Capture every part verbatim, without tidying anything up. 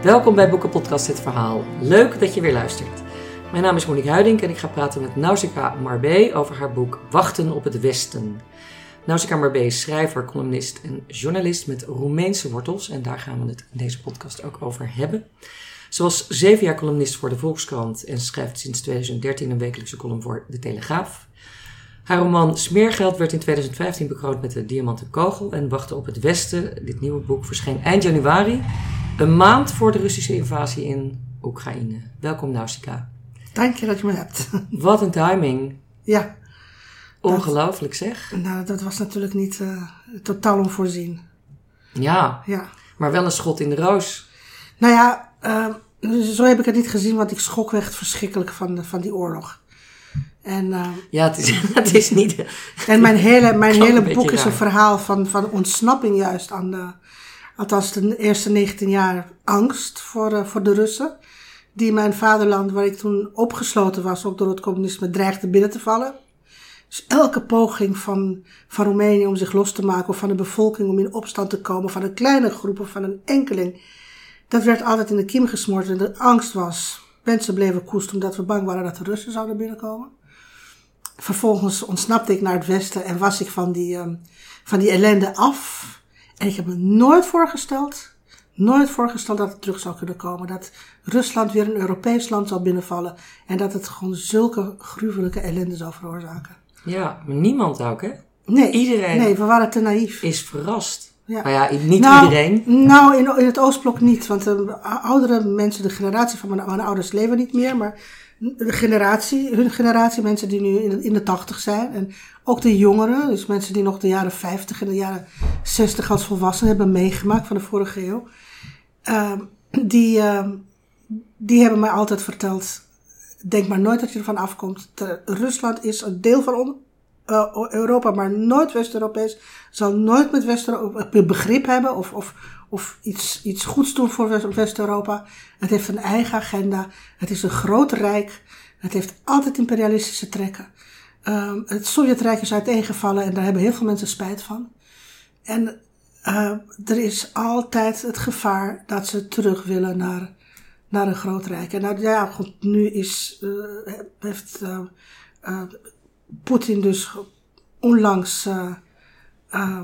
Welkom bij Boekenpodcast Het Verhaal. Leuk dat je weer luistert. Mijn naam is Monique Huiding en ik ga praten met Nausicaa Marbé over haar boek Wachten op het Westen. Nausicaa Marbé is schrijver, columnist en journalist met Roemeense wortels en daar gaan we het in deze podcast ook over hebben. Ze was zeven jaar columnist voor de Volkskrant en schrijft sinds tweeduizend dertien een wekelijkse column voor De Telegraaf. Haar roman Smeergeld werd in tweeduizend vijftien bekroond met de Diamanten Kogel en Wachten op het Westen. Dit nieuwe boek verscheen eind januari, een maand voor de Russische invasie in Oekraïne. Welkom Nausicaa. Dank je dat je me hebt. Wat een timing. Ja. Ongelooflijk zeg. Nou, dat was natuurlijk niet uh, totaal onvoorzien. Ja, ja, maar wel een schot in de roos. Nou ja, uh, zo heb ik het niet gezien, want ik schrok echt verschrikkelijk van, van die oorlog. En, uh, ja, het is, het is niet... En mijn hele, mijn hele boek is raar. een verhaal van, van ontsnapping juist aan de... Althans de eerste negentien jaar angst voor, uh, voor de Russen. Die mijn vaderland, waar ik toen opgesloten was, ook door het communisme, dreigde binnen te vallen. Dus elke poging van, van Roemenië om zich los te maken, of van de bevolking om in opstand te komen, van een kleine groep of van een enkeling, dat werd altijd in de kiem gesmoord. En de angst was, mensen bleven koest omdat we bang waren dat de Russen zouden binnenkomen. Vervolgens ontsnapte ik naar het westen en was ik van die, um, van die ellende af. En ik heb me nooit voorgesteld, nooit voorgesteld dat het terug zou kunnen komen. Dat Rusland weer een Europees land zou binnenvallen. En dat het gewoon zulke gruwelijke ellende zou veroorzaken. Ja, maar niemand ook, hè? Nee, iedereen nee, we waren te naïef. Is verrast. Ja. Maar ja, niet nou, iedereen. Nou, in, in het Oostblok niet. Want de oudere mensen, de generatie van mijn, mijn ouders leven niet meer. Maar de generatie, hun generatie, mensen die nu in de, in de tachtig zijn. En ook de jongeren, dus mensen die nog de jaren vijftig en de jaren zestig als volwassenen hebben meegemaakt van de vorige eeuw. Uh, die, uh, die hebben mij altijd verteld, denk maar nooit dat je ervan afkomt. De, Rusland is een deel van on, uh, Europa, maar nooit West-Europees. Zal nooit met West-Europa begrip hebben of, of, of iets, iets goeds doen voor West-Europa. Het heeft een eigen agenda. Het is een groot rijk. Het heeft altijd imperialistische trekken. Um, het Sovjetrijk is uiteengevallen en daar hebben heel veel mensen spijt van. En uh, er is altijd het gevaar dat ze terug willen naar, naar een groot rijk. En nou, ja, goed, nu is, uh, heeft uh, uh, Poetin dus onlangs uh, uh,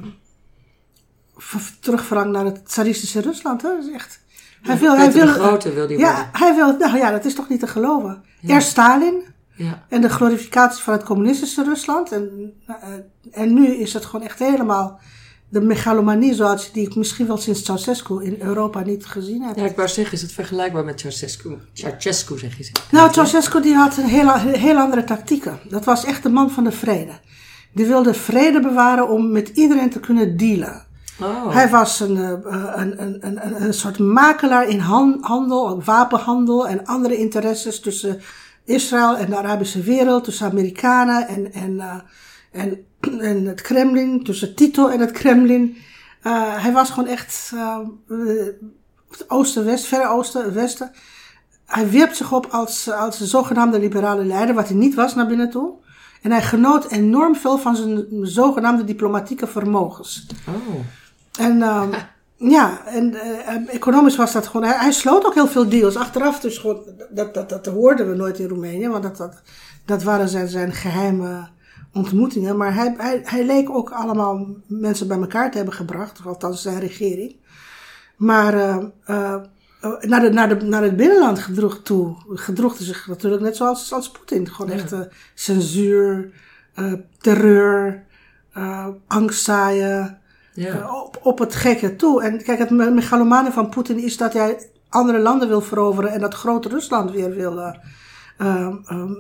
terugverlangd naar het tsaristische Rusland. Hè? Dat is echt... Hij wil, hij wil, de Grote wil die ja, worden. hij wil, nou ja, dat is toch niet te geloven. Ja. Eerst Stalin. Ja. En de glorificatie van het communistische Rusland. En, en nu is het gewoon echt helemaal de megalomanie zoals die ik misschien wel sinds Ceausescu in Europa niet gezien heb. Ja, ik wou zeggen, is het vergelijkbaar met Ceausescu? Ceausescu zeg je. Nou, Ceausescu die had een heel, heel andere tactieken. Dat was echt de man van de vrede. Die wilde vrede bewaren om met iedereen te kunnen dealen. Oh. Hij was een, een, een, een, een soort makelaar in handel, wapenhandel en andere interesses tussen Israël en de Arabische wereld, tussen Amerikanen en, en, uh, en, en het Kremlin, tussen Tito en het Kremlin. Uh, hij was gewoon echt uh, het oosten, west, verre oosten, westen. Hij wierp zich op als, als een zogenaamde liberale leider, wat hij niet was naar binnen toe. En hij genoot enorm veel van zijn zogenaamde diplomatieke vermogens. Oh. En uh, ja, en uh, economisch was dat gewoon... Hij, hij sloot ook heel veel deals. Achteraf dus gewoon... Dat, dat, dat hoorden we nooit in Roemenië. Want dat, dat, dat waren zijn, zijn geheime ontmoetingen. Maar hij, hij, hij leek ook allemaal mensen bij elkaar te hebben gebracht. Of althans zijn regering. Maar uh, uh, naar, de, naar, de, naar het binnenland gedroeg toe... gedroeg hij zich natuurlijk net zoals als Poetin. Gewoon ja. echt uh, censuur, uh, terreur, uh, angst zaaien... Ja. Uh, op, op het gekke toe. En kijk, het megalomane van Poetin is dat hij andere landen wil veroveren en dat grote Rusland weer wil uh, uh,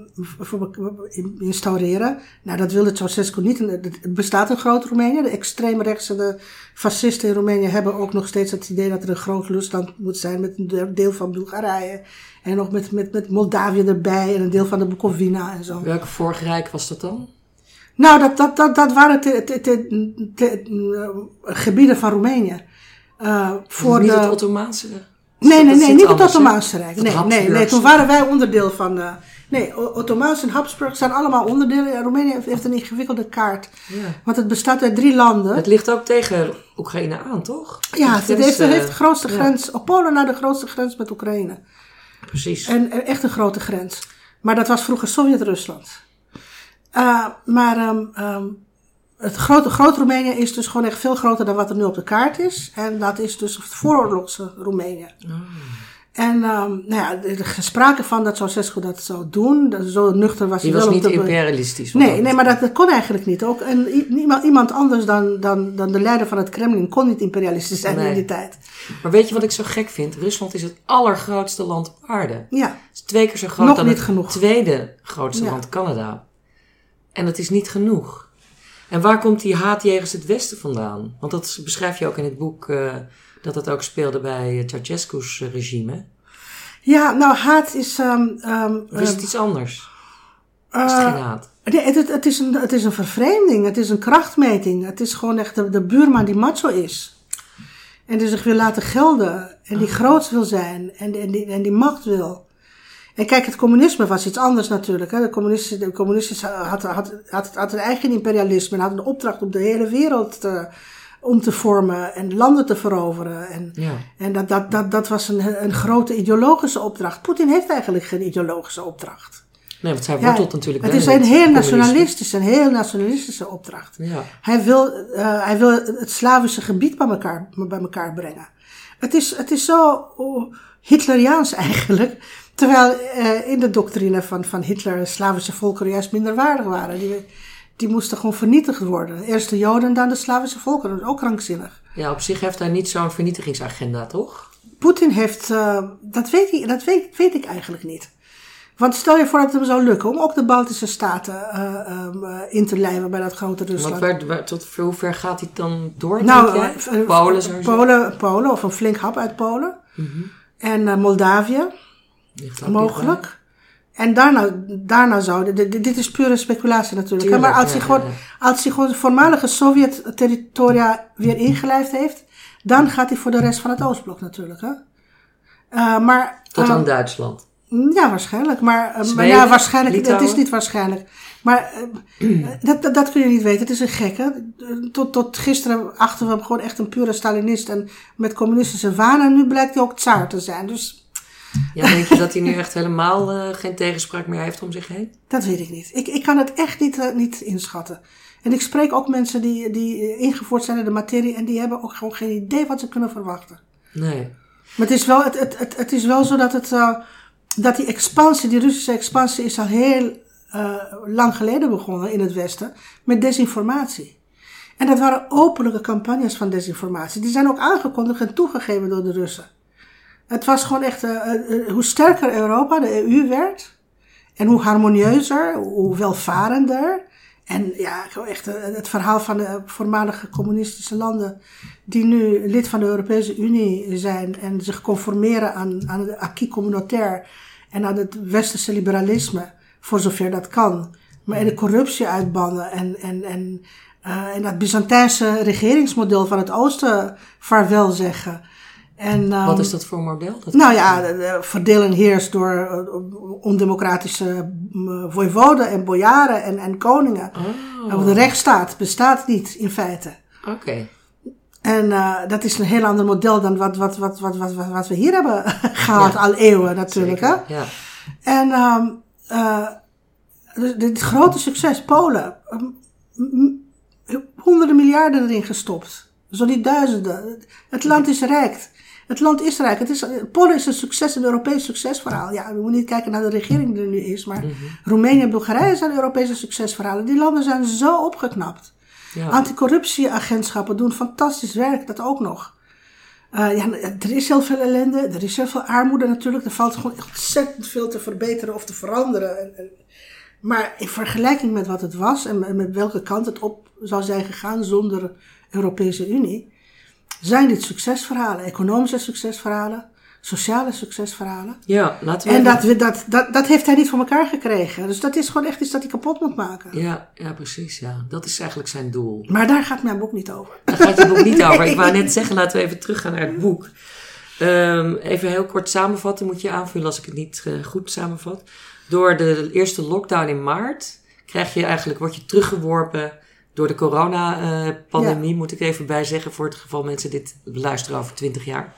um, instaureren. Nou, dat wilde Ceausescu niet. Het bestaat een groot Roemenië. De extreemrechtse de fascisten in Roemenië hebben ook nog steeds het idee dat er een groot Rusland moet zijn met een deel van Bulgarije en nog met, met, met Moldavië erbij en een deel van de Bukovina en zo. Welk vorig rijk was dat dan? Nou, dat, dat, dat, dat waren te, te, te, te, uh, gebieden van Roemenië. Uh, voor niet de... het Ottomaanse? Nee, nee, nee, niet anders, het Ottomaanse Rijk. Nee, nee, nee, toen waren wij onderdeel van, uh, Nee, Ottomaans en Habsburg zijn allemaal onderdelen. Roemenië heeft een ingewikkelde kaart. Ja. Want het bestaat uit drie landen. Het ligt ook tegen Oekraïne aan, toch? Ja, het heeft, het heeft de grootste ja. grens. Op Polen naar de grootste grens met Oekraïne. Precies. En echt een grote grens. Maar dat was vroeger Sovjet-Rusland. Uh, maar um, um, het grote, groot Roemenië is dus gewoon echt veel groter dan wat er nu op de kaart is. En dat is dus het vooroorlogse Roemenië. Oh. En um, nou ja, er is sprake van dat Ceausescu dat zou doen. Dat, zo nuchter was hij wel. Die was niet de... imperialistisch. Nee, nee, maar dat, dat kon eigenlijk niet. Ook, en iemand, iemand anders dan, dan, dan de leider van het Kremlin kon niet imperialistisch zijn nee. in die tijd. Maar weet je wat ik zo gek vind? Rusland is het allergrootste land op aarde. Ja. Het is twee keer zo groot Nog dan niet het genoeg. tweede grootste ja. land, Canada. En dat is niet genoeg. En waar komt die haat jegens het Westen vandaan? Want dat beschrijf je ook in het boek uh, dat dat ook speelde bij Ceausescu's regime. Ja, nou haat is... Um, um, of is het iets anders? Uh, is het geen haat? Nee, het, het, is een, het is een vervreemding. Het is een krachtmeting. Het is gewoon echt de, de buurman die macho is. En die zich wil laten gelden. En die oh. groot wil zijn. En, en, die, en die macht wil. En kijk, het communisme was iets anders natuurlijk. Hè. De communistische, de communistische had, had, had, had een eigen imperialisme. En had een opdracht om de hele wereld te, om te vormen. En landen te veroveren. En, ja. en dat, dat, dat, dat was een, een grote ideologische opdracht. Poetin heeft eigenlijk geen ideologische opdracht. Nee, want hij wortelt ja, natuurlijk Het is een heel nationalistische, een heel nationalistische opdracht. Ja. Hij wil, uh, hij wil het Slavische gebied bij elkaar, bij elkaar brengen. Het is, het is zo uh, Hitleriaans eigenlijk. Terwijl uh, in de doctrine van, van Hitler Slavische volkeren juist minderwaardig waren. Die, die moesten gewoon vernietigd worden. Eerst de Joden, dan de Slavische volkeren. Dat is ook krankzinnig. Ja, op zich heeft hij niet zo'n vernietigingsagenda, toch? Poetin heeft, uh, dat, weet ik, dat weet, weet ik eigenlijk niet. Want stel je voor dat het hem zou lukken om ook de Baltische Staten uh, um, uh, in te lijmen bij dat grote Rusland. Want waar, waar, tot hoe ver gaat hij dan door? Nou, uh, Polen sowieso? Polen, Polen of een flink hap uit Polen. Mm-hmm. En uh, Moldavië, mogelijk. En daarna, daarna zou, dit, dit is pure speculatie natuurlijk. Tuurlijk, maar als, ja, hij gewoon, ja, ja. als hij gewoon de voormalige Sovjet-territoria weer ingelijfd heeft, dan gaat hij voor de rest van het Oostblok natuurlijk. Hè? Uh, maar, tot aan uh, Duitsland. Ja, waarschijnlijk. Maar, Zweden, maar ja, waarschijnlijk. Litouwen? Het is niet waarschijnlijk. Maar uh, dat, dat, dat kun je niet weten. Het is een gek, hè. Tot, tot gisteren achten we hem gewoon echt een pure Stalinist en met communistische wanen. En nu blijkt hij ook tsaar te zijn. Dus... Ja, denk je dat hij nu echt helemaal uh, geen tegenspraak meer heeft om zich heen? Dat weet ik niet. Ik, ik kan het echt niet, uh, niet inschatten. En ik spreek ook mensen die, die ingevoerd zijn in de materie en die hebben ook gewoon geen idee wat ze kunnen verwachten. Nee. Maar het is wel, het, het, het, het is wel zo dat het... Uh, dat die expansie, die Russische expansie is al heel uh, lang geleden begonnen in het Westen met desinformatie. En dat waren openlijke campagnes van desinformatie. Die zijn ook aangekondigd en toegegeven door de Russen. Het was gewoon echt, uh, uh, hoe sterker Europa, de E U werd, en hoe harmonieuzer, hoe welvarender. En ja, echt uh, het verhaal van de voormalige communistische landen die nu lid van de Europese Unie zijn en zich conformeren aan, aan het acquis communautaire en aan het westerse liberalisme, voor zover dat kan. Maar en de corruptie uitbannen en, en, en, uh, en dat Byzantijnse regeringsmodel van het Oosten vaarwel zeggen. En, um, wat is dat voor model? Dat nou ja, verdeel en heers door uh, ondemocratische uh, voivoden en bojaren en, en koningen. Oh. De rechtsstaat bestaat niet in feite. Oké. Okay. En uh, dat is een heel ander model dan wat, wat, wat, wat, wat, wat we hier hebben gehad, ja. al eeuwen natuurlijk. Zeker, hè? Ja. En um, uh, dit grote succes, Polen, um, honderden miljarden erin gestopt. Zo niet duizenden. Het land is rijk. Het land is rijk. Het is, Polen is een succes, een Europees succesverhaal. Ja, we moeten niet kijken naar de regering die er nu is, maar mm-hmm. Roemenië en Bulgarije zijn Europese succesverhalen. Die landen zijn zo opgeknapt. Ja. Anticorruptieagentschappen doen fantastisch werk, dat ook nog. Uh, ja, er is heel veel ellende, er is heel veel armoede natuurlijk. Er valt gewoon ontzettend veel te verbeteren of te veranderen. En, en, maar in vergelijking met wat het was en met welke kant het op zou zijn gegaan zonder Europese Unie, zijn dit succesverhalen, economische succesverhalen, sociale succesverhalen. Ja, laten we en dat, we, dat, dat, dat heeft hij niet voor elkaar gekregen. Dus dat is gewoon echt iets dat hij kapot moet maken. Ja, ja, precies. Ja. Dat is eigenlijk zijn doel. Maar daar gaat mijn boek niet over. Daar gaat je boek niet over. Ik wou net zeggen, laten we even teruggaan naar het boek. Um, even heel kort samenvatten, moet je aanvullen als ik het niet uh, goed samenvat. door de eerste lockdown in maart krijg je eigenlijk, word je teruggeworpen door de corona-pandemie, uh, ja. moet ik even bij zeggen, voor het geval mensen dit beluisteren over twintig jaar.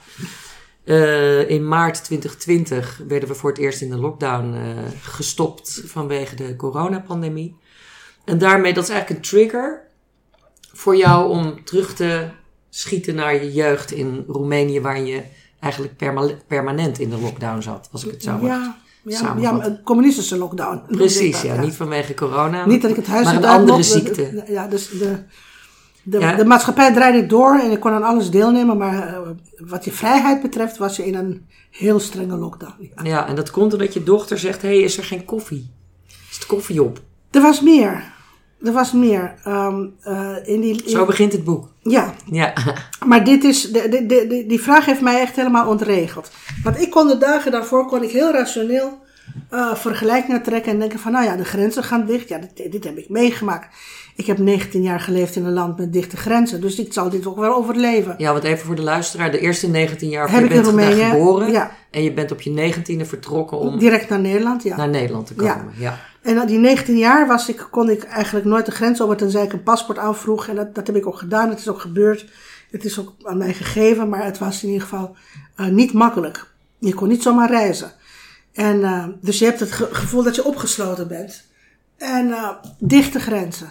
Uh, in maart twintig twintig werden we voor het eerst in de lockdown uh, gestopt vanwege de coronapandemie. En daarmee, dat is eigenlijk een trigger voor jou om terug te schieten naar je jeugd in Roemenië, waar je eigenlijk perma- permanent in de lockdown zat, als ik het zo mag ja, ja, ja, een communistische lockdown. Precies, dat, ja, ja. Niet vanwege corona, niet dat ik het huis maar een andere mocht, ziekte. De, ja, dus de, de, ja. de maatschappij draaide door en ik kon aan alles deelnemen, maar uh, wat je vrijheid betreft was je in een heel strenge lockdown. Ja, ja en dat komt omdat je dochter zegt, hé, hey, is er geen koffie? Is de koffie op? Er was meer. Er was meer. Um, uh, in die, in... Zo begint het boek. Ja. ja. Maar dit is, de, de, de, die vraag heeft mij echt helemaal ontregeld. Want ik kon de dagen daarvoor kon ik heel rationeel uh, vergelijkingen trekken en denken van, nou ja, de grenzen gaan dicht. Ja, dit, dit heb ik meegemaakt. Ik heb negentien jaar geleefd in een land met dichte grenzen, dus ik zal dit ook wel overleven. Ja, want even voor de luisteraar, de eerste negentien jaar heb je ik bent in Roemenië daar geboren ja. en je bent op je negentiende vertrokken om direct naar Nederland, ja. naar Nederland te komen. Ja. Ja. En na die negentien jaar was ik, kon ik eigenlijk nooit de grens over, tenzij ik een paspoort aanvroeg. En dat, dat heb ik ook gedaan, het is ook gebeurd. Het is ook aan mij gegeven, maar het was in ieder geval uh, niet makkelijk. Je kon niet zomaar reizen. En uh, dus je hebt het ge- gevoel dat je opgesloten bent. En uh, dichte grenzen.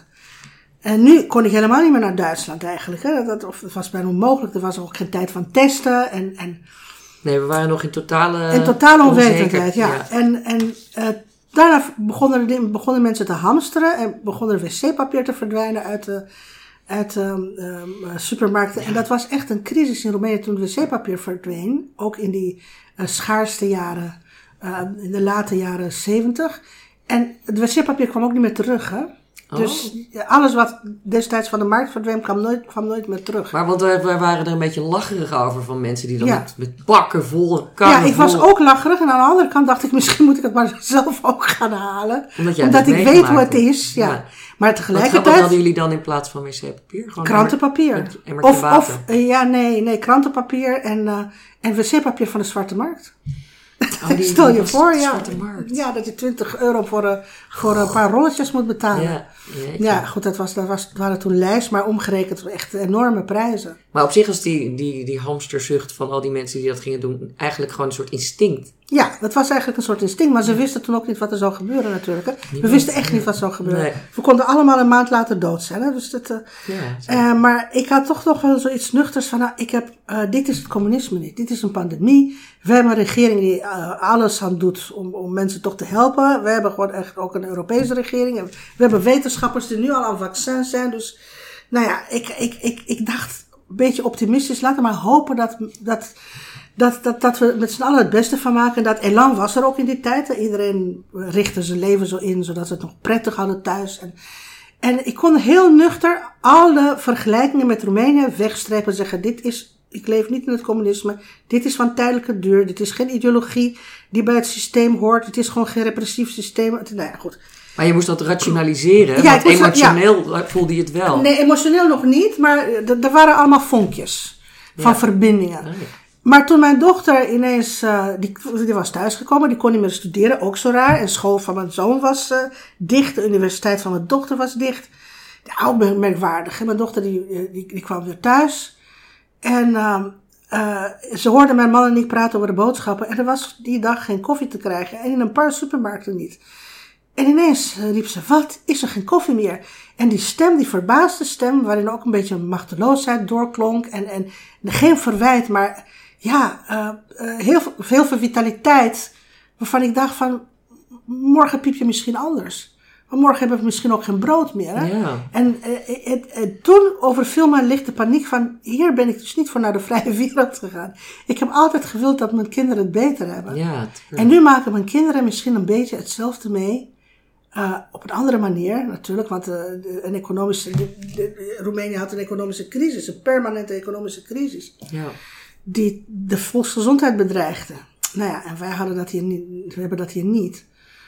En nu kon ik helemaal niet meer naar Duitsland eigenlijk. Hè. Dat, dat, dat was bijna onmogelijk. Er was ook geen tijd van testen. En, en nee, we waren nog in totale in totale onwetendheid, onzeker, ja. ja. En, en uh, daarna begonnen, de, begonnen mensen te hamsteren en begonnen er wc-papier te verdwijnen uit de, uit de um, supermarkten. Ja. En dat was echt een crisis in Roemenië toen het wc-papier verdween. Ook in die uh, schaarste jaren, uh, in de late jaren zeventig. En het wc-papier kwam ook niet meer terug, hè. Oh. Dus alles wat destijds van de markt verdween, kwam nooit, kwam nooit meer terug. Maar want wij, wij waren er een beetje lacherig over van mensen die dan ja. met, met bakken vol, karren Ja, ik was vol... ook lacherig. En aan de andere kant dacht ik, misschien moet ik het maar zelf ook gaan halen. Omdat, jij Omdat dat ik weet hoe het is. Ja. Ja. Maar Wat, wat tegelijkertijd... hadden jullie dan in plaats van wc-papier? Gewoon krantenpapier. Een emmertje Of, water. of uh, ja, nee, nee, krantenpapier en, uh, en wc-papier van de Zwarte Markt. Oh, die, Stel die je was voor, de ja. Zwarte Markt. Ja, dat je twintig euro voor, uh, voor een paar rolletjes moet betalen. Ja, ja goed, dat, was, dat was, waren toen lijst, maar omgerekend echt enorme prijzen. Maar op zich was die, die, die hamsterzucht van al die mensen die dat gingen doen eigenlijk gewoon een soort instinct. Ja, dat was eigenlijk een soort instinct, maar ze wisten toen ook niet wat er zou gebeuren natuurlijk. Hè. We wisten echt niet wat zou gebeuren. Nee. We konden allemaal een maand later dood zijn. Hè. Dus dat, uh, ja, uh, maar ik had toch nog wel zoiets nuchters van, nou, ik heb, uh, dit is het communisme niet. Dit is een pandemie. We hebben een regering die uh, alles aan doet om, om mensen toch te helpen. We hebben gewoon echt ook een Europese regering. En we hebben wetenschappers die nu al aan vaccins zijn. Dus, nou ja, ik, ik, ik, ik dacht een beetje optimistisch. Laten we maar hopen dat... dat Dat, dat, dat we met z'n allen het beste van maken. En dat elan was er ook in die tijd. Iedereen richtte zijn leven zo in, zodat ze het nog prettig hadden thuis. En, en ik kon heel nuchter alle vergelijkingen met Roemenië wegstrepen en zeggen, dit is, ik leef niet in het communisme. Dit is van tijdelijke duur. Dit is geen ideologie die bij het systeem hoort. Het is gewoon geen repressief systeem. Nou ja, goed. Maar je moest dat rationaliseren, Ja, want moest, emotioneel ja. voelde je het wel. Nee, emotioneel nog niet, maar er waren allemaal vonkjes van ja. verbindingen. Oh, ja. Maar toen mijn dochter ineens, uh, die, die was thuisgekomen, die kon niet meer studeren, ook zo raar. En school van mijn zoon was uh, dicht, de universiteit van mijn dochter was dicht. Ja, ook merkwaardig. En mijn dochter die, die, die kwam weer thuis. En uh, uh, ze hoorde mijn man en ik praten over de boodschappen. En er was die dag geen koffie te krijgen. En in een paar supermarkten niet. En ineens riep ze, wat, is er geen koffie meer? En die stem, die verbaasde stem, waarin ook een beetje machteloosheid doorklonk. En, en geen verwijt, maar ja, uh, uh, heel, heel veel vitaliteit. Waarvan ik dacht van, morgen piep je misschien anders. Maar morgen hebben we misschien ook geen brood meer. Hè? Ja. En uh, het, het, toen overviel mij licht de paniek van, hier ben ik dus niet voor naar de vrije wereld gegaan. Ik heb altijd gewild dat mijn kinderen het beter hebben. Ja, en nu maken mijn kinderen misschien een beetje hetzelfde mee. Uh, op een andere manier natuurlijk, want uh, de, een economische, de, de, de, Roemenië had een economische crisis, een permanente economische crisis, ja. die de volksgezondheid bedreigde. Nou ja, en wij hadden dat hier niet, we hebben dat hier niet.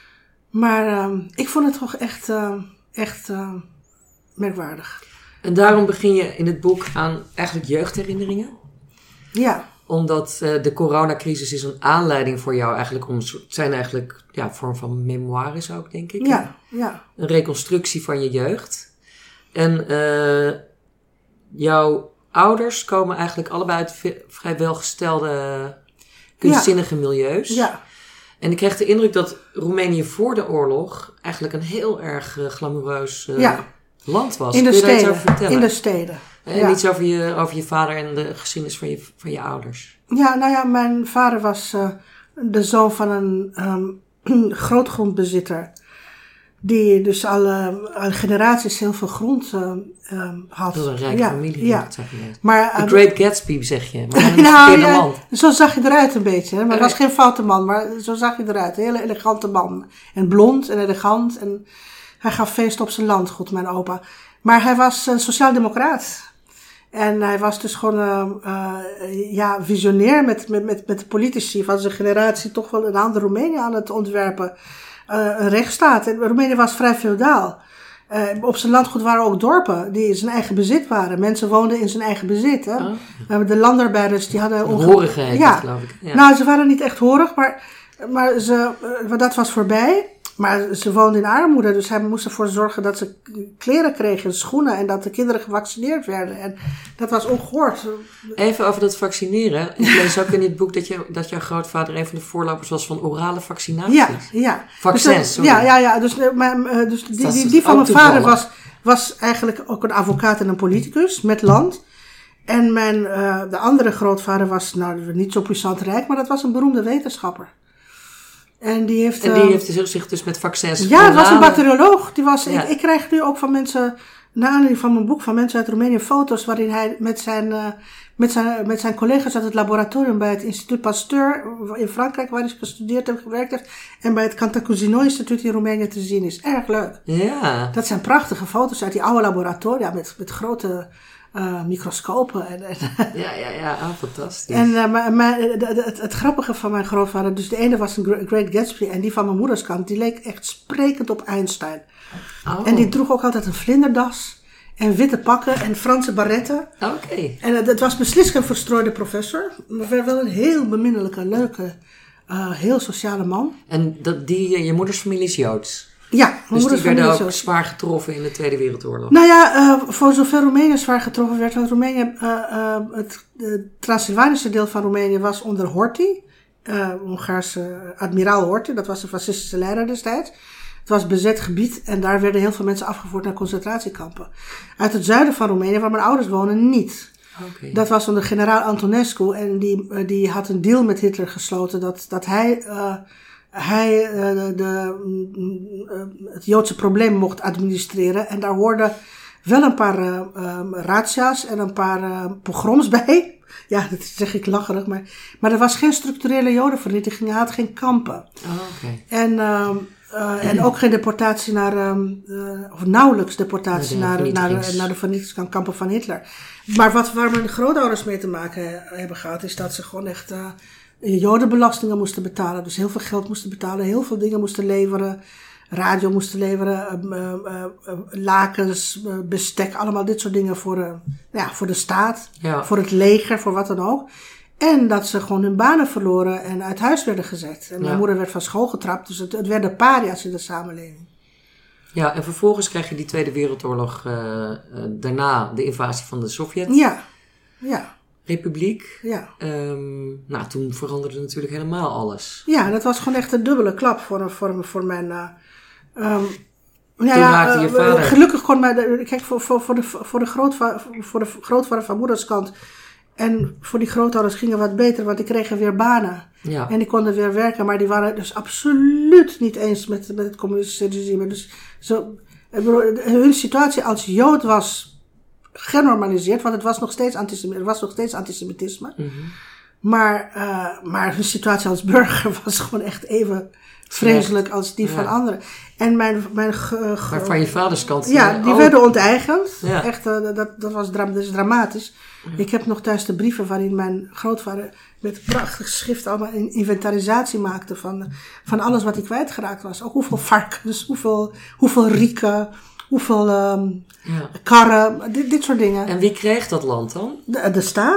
Maar uh, ik vond het toch echt, uh, echt uh, merkwaardig. En daarom begin je in het boek aan eigenlijk jeugdherinneringen? Ja. Omdat uh, de coronacrisis is een aanleiding voor jou eigenlijk om... Het zijn eigenlijk ja, een vorm van memoires ook, denk ik. Ja, ja. Een reconstructie van je jeugd. En uh, jouw ouders komen eigenlijk allebei uit v- vrij welgestelde kunstzinnige ja. milieus. Ja. En ik kreeg de indruk dat Roemenië voor de oorlog eigenlijk een heel erg uh, glamoureus uh, ja. land was. In de Kun je daar steden. iets over vertellen? In de steden. En ja. iets over je, over je vader en de geschiedenis van je, van je ouders. Ja, nou ja, mijn vader was uh, de zoon van een um, grootgrondbezitter. Die dus al, uh, al generaties heel veel grond uh, um, had. Dat was een rijke ja, familie. Ja. Maar, uh, The Great Gatsby, zeg je. Maar een nou, verkeerde ja, man. Zo zag je eruit een beetje. Hè? Maar het was geen foute man, maar zo zag je eruit. Een hele elegante man. En blond en elegant. En hij gaf feest op zijn landgoed, mijn opa. Maar hij was een sociaaldemocraat. En hij was dus gewoon uh, uh, ja, visionair met, met, met, met de politici van zijn generatie. Toch wel een ander Roemenië aan het ontwerpen. Uh, een rechtsstaat. En Roemenië was vrij feodaal. Uh, op zijn landgoed waren ook dorpen die in zijn eigen bezit waren. Mensen woonden in zijn eigen bezit. Hè? Oh. Uh, de landarbeiders die hadden... Onge- Horigheid, ja. geloof ik. Ja. Nou, ze waren niet echt horig, maar, maar ze, uh, dat was voorbij. Maar ze woonden in armoede, dus hij moest ervoor zorgen dat ze kleren kregen, schoenen en dat de kinderen gevaccineerd werden. En dat was ongehoord. Even over dat vaccineren. Ik lees ook in dit boek dat, je, dat jouw grootvader een van de voorlopers was van orale vaccinaties. Ja, ja. Vaccins, dus, sorry. Ja, ja, ja. Dus, maar, dus die, die, die, die van mijn vader was, was eigenlijk ook een advocaat en een politicus met land. En mijn, uh, de andere grootvader was nou niet zo puissant rijk, maar dat was een beroemde wetenschapper. En die heeft, en die uh, heeft zich dus met vaccins... Ja, het was een bacterioloog. Die was, ja. ik, ik krijg nu ook van mensen, naar aanleiding van mijn boek, van mensen uit Roemenië, foto's waarin hij met zijn, uh, met zijn, met zijn collega's uit het laboratorium bij het Instituut Pasteur in Frankrijk, waar hij gestudeerd en gewerkt heeft, en bij het Cantacuzino Instituut in Roemenië te zien is. Erg leuk. Ja. Dat zijn prachtige foto's uit die oude laboratoria met, met grote... Uh, microscopen. En, en ja, ja, ja, oh, fantastisch. En uh, maar, maar, het, het, het grappige van mijn grootvader, dus de ene was een Great Gatsby en die van mijn moeders kant, die leek echt sprekend op Einstein. Oh. En die droeg ook altijd een vlinderdas en witte pakken en Franse barretten. Oké. Okay. En het, het was beslist geen verstrooide professor, maar wel een heel beminnelijke, leuke, uh, heel sociale man. En dat, die, je moeders familie is Joods? Ja, mijn dus moeders die werden ook zo. zwaar getroffen in de Tweede Wereldoorlog? Nou ja, uh, voor zover Roemenië zwaar getroffen werd. Want Roemenië, uh, uh, het uh, Transylvanische deel van Roemenië was onder Horthy. Uh, Hongaarse admiraal Horthy, dat was de fascistische leider destijds. Het was bezet gebied en daar werden heel veel mensen afgevoerd naar concentratiekampen. Uit het zuiden van Roemenië, waar mijn ouders wonen, niet. Okay. Dat was onder generaal Antonescu en die, uh, die had een deal met Hitler gesloten dat, dat hij... Uh, hij uh, de, de, uh, het Joodse probleem mocht administreren. En daar hoorden wel een paar uh, um, razzia's en een paar uh, pogroms bij. Ja, dat zeg ik lacherig. Maar, maar er was geen structurele jodenvernietiging. Hij had geen kampen. Oh, okay. En, uh, uh, en ook geen deportatie naar... Um, uh, of nauwelijks deportatie naar, de naar, naar, naar de vernietigingskampen van Hitler. Maar wat, waar mijn grootouders mee te maken hebben gehad, is dat ze gewoon echt... Uh, jodenbelastingen moesten betalen. Dus heel veel geld moesten betalen. Heel veel dingen moesten leveren. Radio moesten leveren. Uh, uh, uh, lakens, uh, bestek. Allemaal dit soort dingen voor, uh, ja, voor de staat. Ja. Voor het leger. Voor wat dan ook. En dat ze gewoon hun banen verloren. En uit huis werden gezet. En mijn ja. moeder werd van school getrapt. Dus het, het werden paria's in de samenleving. Ja, en vervolgens krijg je die Tweede Wereldoorlog. Uh, uh, daarna de invasie van de Sovjet. Ja. Ja. Republiek. Ja. Um, nou, toen veranderde natuurlijk helemaal alles. Ja, dat was gewoon echt een dubbele klap voor, voor, voor mijn... Uh, um, toen ja, raakte je uh, vader... Gelukkig kon mijn... Kijk, voor, voor, voor, de, voor, de grootva, voor de grootvader van moeders kant en voor die grootouders ging het wat beter, want die kregen weer banen. Ja. En die konden weer werken, maar die waren dus absoluut niet eens met, met het communistische regime. Dus zo, hun situatie als Jood was... genormaliseerd, want het was nog steeds, antisem- er was nog steeds antisemitisme. Mm-hmm. Maar, uh, maar hun situatie als burger was gewoon echt even vreselijk als die ja. van anderen. En mijn... mijn ge, ge, maar van je vaders kant... Ja, die oh. werden onteigend. Ja. Echt, uh, dat, dat, was dra- dat is dramatisch. Ja. Ik heb nog thuis de brieven waarin mijn grootvader met prachtig schrift allemaal een inventarisatie maakte van, van alles wat hij kwijtgeraakt was. Ook hoeveel varkens, hoeveel, hoeveel rieken... Hoeveel um, ja. karren, dit, dit soort dingen. En wie kreeg dat land dan? De, de staat.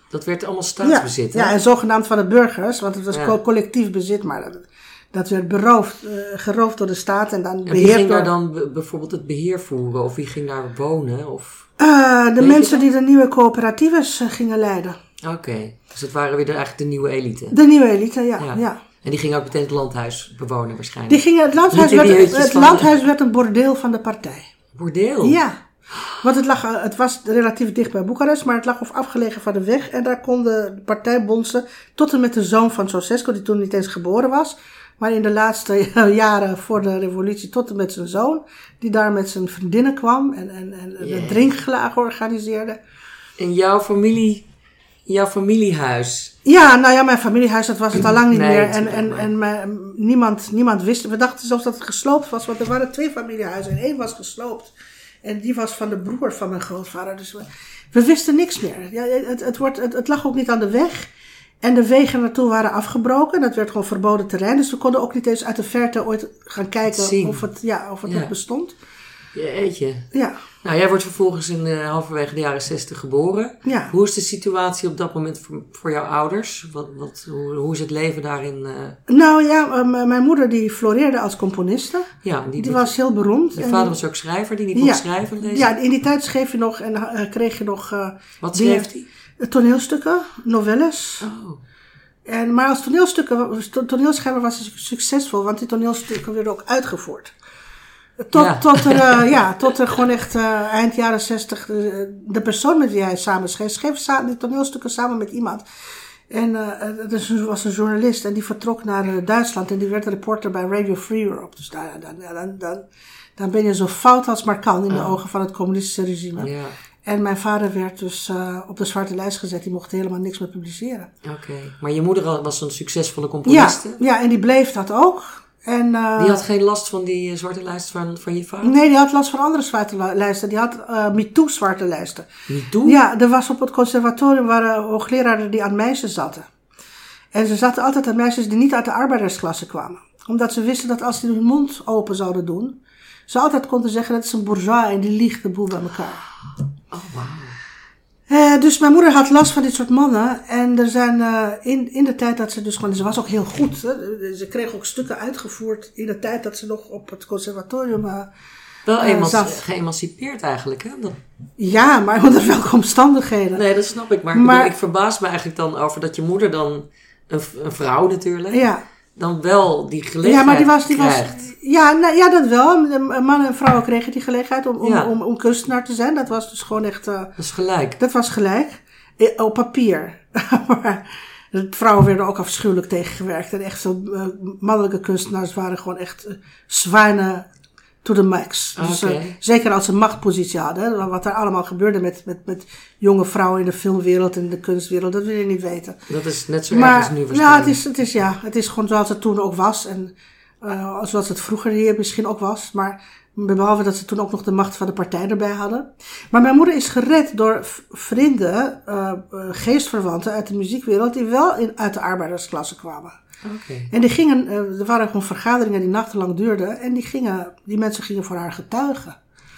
Dat werd allemaal staatsbezit, ja, hè? Ja, en zogenaamd van de burgers, want het was Ja. collectief bezit, maar dat, dat werd beroofd, uh, geroofd door de staat en dan En beheerd wie ging door... daar dan b- bijvoorbeeld het beheer voeren? Of wie ging daar wonen? Of... Uh, de Weet je mensen dat? die de nieuwe coöperatives uh, gingen leiden. Oké, okay. Dus het waren weer de, eigenlijk de nieuwe elite. De nieuwe elite, ja. Ja. ja. En die gingen ook meteen het landhuis bewonen waarschijnlijk. Die gingen, het landhuis, Niet in die werd, hutjes het van- landhuis werd een bordeel van de partij. Bordeel? Ja. Want het, lag, uh, het was relatief dicht bij Boekarest, maar het lag of afgelegen van de weg. En daar konden de partijbonzen tot en met de zoon van Ceausescu, die toen niet eens geboren was. Maar in de laatste jaren voor de revolutie tot en met zijn zoon. Die daar met zijn vriendinnen kwam en, en, en Yeah. de drinkgelagen organiseerde. In jouw familie, jouw familiehuis. Ja, nou ja, mijn familiehuis, dat was het al lang niet Nee, meer. En, natuurlijk, en, maar- en mijn, niemand, niemand wist. We dachten zelfs dat het gesloopt was, want er waren twee familiehuizen. En één was gesloopt. En die was van de broer van mijn grootvader. Dus we, we wisten niks meer. Ja, het, het, wordt, het, het lag ook niet aan de weg. En de wegen naartoe waren afgebroken. Dat werd gewoon verboden terrein. Dus we konden ook niet eens uit de verte ooit gaan kijken Zien. of het, ja, of het Ja. nog bestond. Jeetje. Ja, Nou, jij wordt vervolgens in uh, halverwege de jaren zestig geboren. ja. Hoe is de situatie op dat moment voor, voor jouw ouders? Wat, wat, hoe, hoe is het leven daarin? Uh... Nou ja, uh, m- mijn moeder die floreerde als componiste. Ja, die, Die was heel beroemd. je En- vader was ook schrijver, die niet kon Ja. schrijven en lezen. Ja, in die tijd schreef je nog en uh, kreeg je nog uh, Wat dingen- schreef hij? toneelstukken, novelles. Oh, En, maar als toneelstukken, to- toneelschrijver was hij succesvol, want die toneelstukken werden ook uitgevoerd. Tot, Ja. tot, er, uh, ja, tot er gewoon echt uh, eind jaren zestig, de, de persoon met wie hij samen schreef, schreef sa- die toneelstukken samen met iemand. En uh, dat was een journalist en die vertrok naar uh, Duitsland en die werd reporter bij Radio Free Europe. Dus daar, dan, dan, dan, dan ben je zo fout als maar kan in de Ah. ogen van het communistische regime. ja. En mijn vader werd dus uh, op de zwarte lijst gezet. Die mocht helemaal niks meer publiceren. Oké. Okay. Maar je moeder al- was een succesvolle Ja, componiste? ja, en die bleef dat ook. En, uh, Die had geen last van die uh, zwarte lijst van, van je vader? Nee, die had last van andere zwarte li- lijsten. Die had uh, MeToo-zwarte lijsten. Niet doen? Ja, er was op het conservatorium waren hoogleraren die aan meisjes zaten. En ze zaten altijd aan meisjes die niet uit de arbeidersklasse kwamen. Omdat ze wisten dat als die hun mond open zouden doen, ze altijd konden zeggen dat is een bourgeois en die liegt de boel bij elkaar. Oh, wauw. Uh, dus mijn moeder had last van dit soort mannen. En er zijn uh, in, in de tijd dat ze dus gewoon... Ze was ook heel goed. Hè? Ze kreeg ook stukken uitgevoerd in de tijd dat ze nog op het conservatorium uh, Wel uh, emanci- zat. geëmancipeerd eigenlijk, hè? Dat... Ja, maar onder welke omstandigheden. Nee, dat snap ik. Maar, ik, Maar- bedoel, ik verbaas me eigenlijk dan over dat je moeder dan, een, v- een vrouw natuurlijk, Ja. dan wel die gelegenheid Ja, maar die was... Die was krijgt. ja, nou, ja, dat wel. Mannen en vrouwen kregen die gelegenheid om, om, Ja. om, om kunstenaar te zijn. Dat was dus gewoon echt... Uh, Dat is gelijk. dat was gelijk. Eh, Op papier. Maar de vrouwen werden ook afschuwelijk tegengewerkt. En echt zo uh, mannelijke kunstenaars waren gewoon echt uh, zwijnen to the max. Dus, Oké. uh, zeker als ze een machtpositie hadden. Hè, wat er allemaal gebeurde met, met, met jonge vrouwen in de filmwereld en de kunstwereld. Dat wil je niet weten. Dat is net zo erg Maar als nu nou, waarschijnlijk. het is, het is, ja, het is gewoon zoals het toen ook was. En uh, zoals het vroeger hier misschien ook was. Maar behalve dat ze toen ook nog de macht van de partij erbij hadden. Maar mijn moeder is gered door v- vrienden, uh, uh, geestverwanten uit de muziekwereld, die wel in, uit de arbeidersklasse kwamen. Oké. En die gingen, uh, er waren gewoon vergaderingen die nachtenlang duurden. En die, gingen, die mensen gingen voor haar getuigen.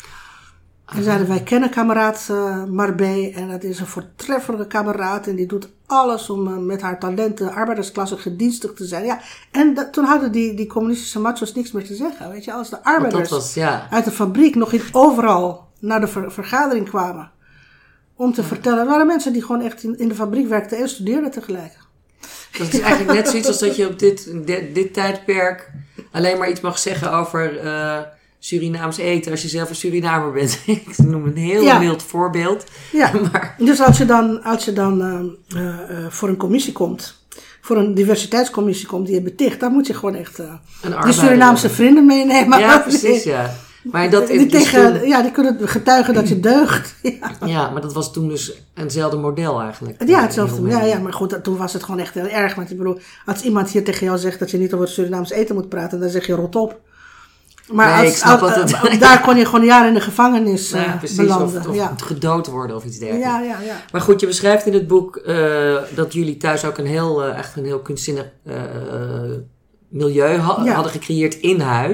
En zeiden, wij kennen kameraad uh, Marbé en dat is een voortreffelijke kameraad. En die doet alles om uh, met haar talenten de arbeidersklasse gedienstig te zijn. Ja, en dat, toen hadden die, die communistische machos niks meer te zeggen. Weet je, als de Want arbeiders dat was, ja. uit de fabriek nog in overal naar de ver- vergadering kwamen. Om te vertellen, er waren mensen die gewoon echt in, in de fabriek werkten en studeerden tegelijk. Dat is eigenlijk net zoiets als dat je op dit, dit, dit tijdperk alleen maar iets mag zeggen over uh, Surinaams eten als je zelf een Surinamer bent. Ik noem een heel Ja. mild voorbeeld. Ja, Maar dus als je dan, als je dan uh, uh, uh, voor een commissie komt, voor een diversiteitscommissie komt die je beticht, dan moet je gewoon echt uh, een die arbeider Surinaamse worden. vrienden meenemen. Ja, precies, ja. Maar dat die, is dus tegen, toen, ja, die kunnen getuigen dat je deugt. Ja, ja, maar dat was toen dus eenzelfde model eigenlijk. ja hetzelfde. Heel Ja, ja, maar goed, toen was het gewoon echt heel erg. Want ik bedoel, als iemand hier tegen jou zegt dat je niet over Surinaams eten moet praten, dan zeg je rot op. Maar Nee, als, ik snap als- wat het- uh, daar kon je gewoon jaren in de gevangenis uh, Ja, precies, belanden. of, of ja. gedood worden of iets dergelijks. Ja, ja, ja. Maar goed, je beschrijft in het boek uh, dat jullie thuis ook een heel, uh, echt een heel kunstzinnig uh, milieu ha- Ja. hadden gecreëerd in huis.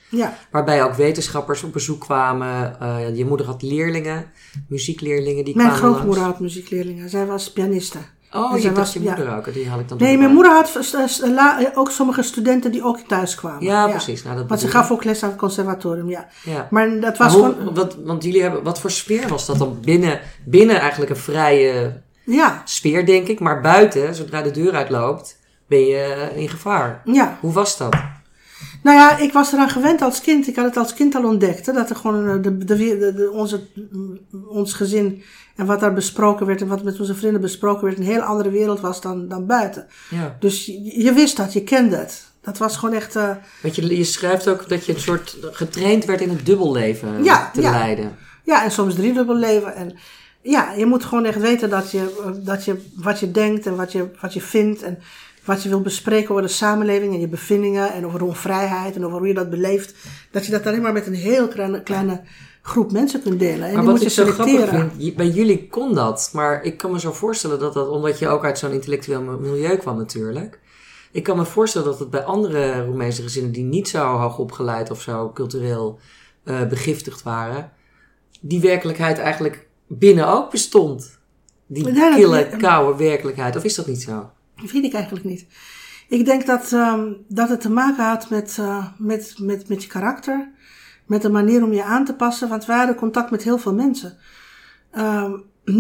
Ja. Waarbij ook wetenschappers op bezoek kwamen. Uh, je moeder had leerlingen, muziekleerlingen die Mijn kwamen langs. grootmoeder had muziekleerlingen. Zij was pianiste. Oh, en je was je moeder ja. ook. Die had ik dan nee, mijn moeder had uh, la, ook sommige studenten die ook thuis kwamen. Ja, ja. precies. Nou, dat want ze gaf ook les aan het conservatorium, ja. ja. Maar dat was maar hoe, gewoon... Wat, want jullie hebben... Wat voor sfeer was dat dan binnen, binnen eigenlijk een vrije ja. sfeer, denk ik. Maar buiten, zodra de deur uitloopt, ben je in gevaar. Ja. Hoe was dat? Nou ja, ik was eraan gewend als kind. Ik had het als kind al ontdekt. Hè, dat er gewoon de, de, de, de, onze, ons gezin en wat daar besproken werd en wat met onze vrienden besproken werd, een heel andere wereld was dan, dan buiten. Ja. Dus je, je wist dat, je kende het. Dat was gewoon echt... Uh, Want je, je schrijft ook dat je een soort getraind werd in het dubbelleven ja, te ja. leiden. Ja, en soms driedubbel leven. En ja, je moet gewoon echt weten dat je, dat je wat je denkt en wat je, wat je vindt en wat je wilt bespreken over de samenleving en je bevindingen en over de onvrijheid en over hoe je dat beleeft. Dat je dat alleen maar met een heel kleine, kleine groep mensen kunt delen. En maar die wat moet je ik zo selecteren. grappig vind, bij jullie kon dat. Maar ik kan me zo voorstellen dat dat, omdat je ook uit zo'n intellectueel milieu kwam natuurlijk. Ik kan me voorstellen dat het bij andere Roemeense gezinnen die niet zo hoog opgeleid of zo cultureel uh, begiftigd waren, die werkelijkheid eigenlijk binnen ook bestond. Die Ja, kille, dat- koude werkelijkheid. Of is dat niet zo? Dat vind ik eigenlijk niet. Ik denk dat, um, dat het te maken had met, uh, met, met, met je karakter. Met de manier om je aan te passen. Want wij hadden contact met heel veel mensen. Um,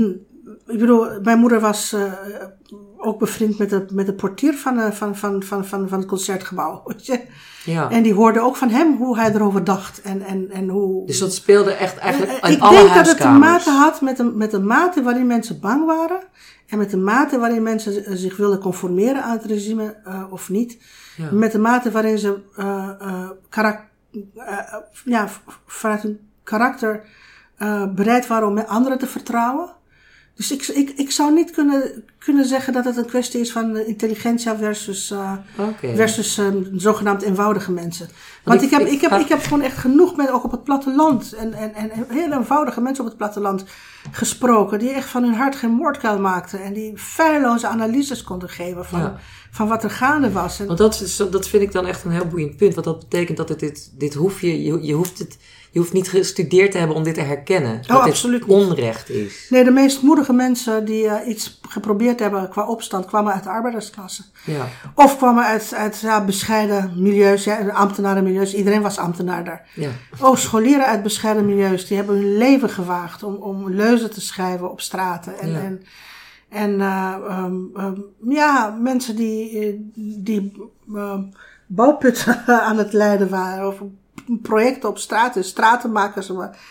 ik bedoel, mijn moeder was uh, ook bevriend met de, met de portier van, uh, van, van, van, van, van het concertgebouw. Weet je? Ja. En die hoorde ook van hem hoe hij erover dacht. En, en, en hoe... Dus dat speelde echt eigenlijk Uh, in ik alle denk dat het te huiskamers. maken had met de, met de mate waarin mensen bang waren. En met de mate waarin mensen z- zich wilden conformeren aan het regime uh, of niet. Ja. Met de mate waarin ze uh, uh, karak- uh, ja, v- vanuit hun karakter uh, bereid waren om met anderen te vertrouwen. Dus ik, ik, ik zou niet kunnen, kunnen zeggen dat het een kwestie is van intelligentia versus, uh, Okay. versus uh, zogenaamd eenvoudige mensen. Want ik- ik, heb, ik ik, heb, vraag- ik heb gewoon echt genoeg met, ook op het platteland, en, en, en heel eenvoudige mensen op het platteland gesproken, die echt van hun hart geen moordkuil maakten en die feilloze analyses konden geven van, Ja. van wat er gaande was. En, Want dat, is, dat vind ik dan echt een heel boeiend punt. Want dat betekent dat het dit, dit hoef je, je, je hoeft het, je hoeft niet gestudeerd te hebben om dit te herkennen. Dat dit absoluut niet. onrecht is. nee, de meest moedige mensen die uh, iets geprobeerd hebben qua opstand kwamen uit de arbeidersklasse. Ja. Of kwamen uit, uit ja, bescheiden milieus, ja, ambtenarenmilieus. Iedereen was ambtenaar daar. Ja. Oh, scholieren uit bescheiden milieus, die hebben hun leven gewaagd om, om leuzen te schrijven op straten. En, Ja. en, en uh, um, um, ja, mensen die, die um, bouwputten aan het leiden waren, of projecten op straat, stratenmakers.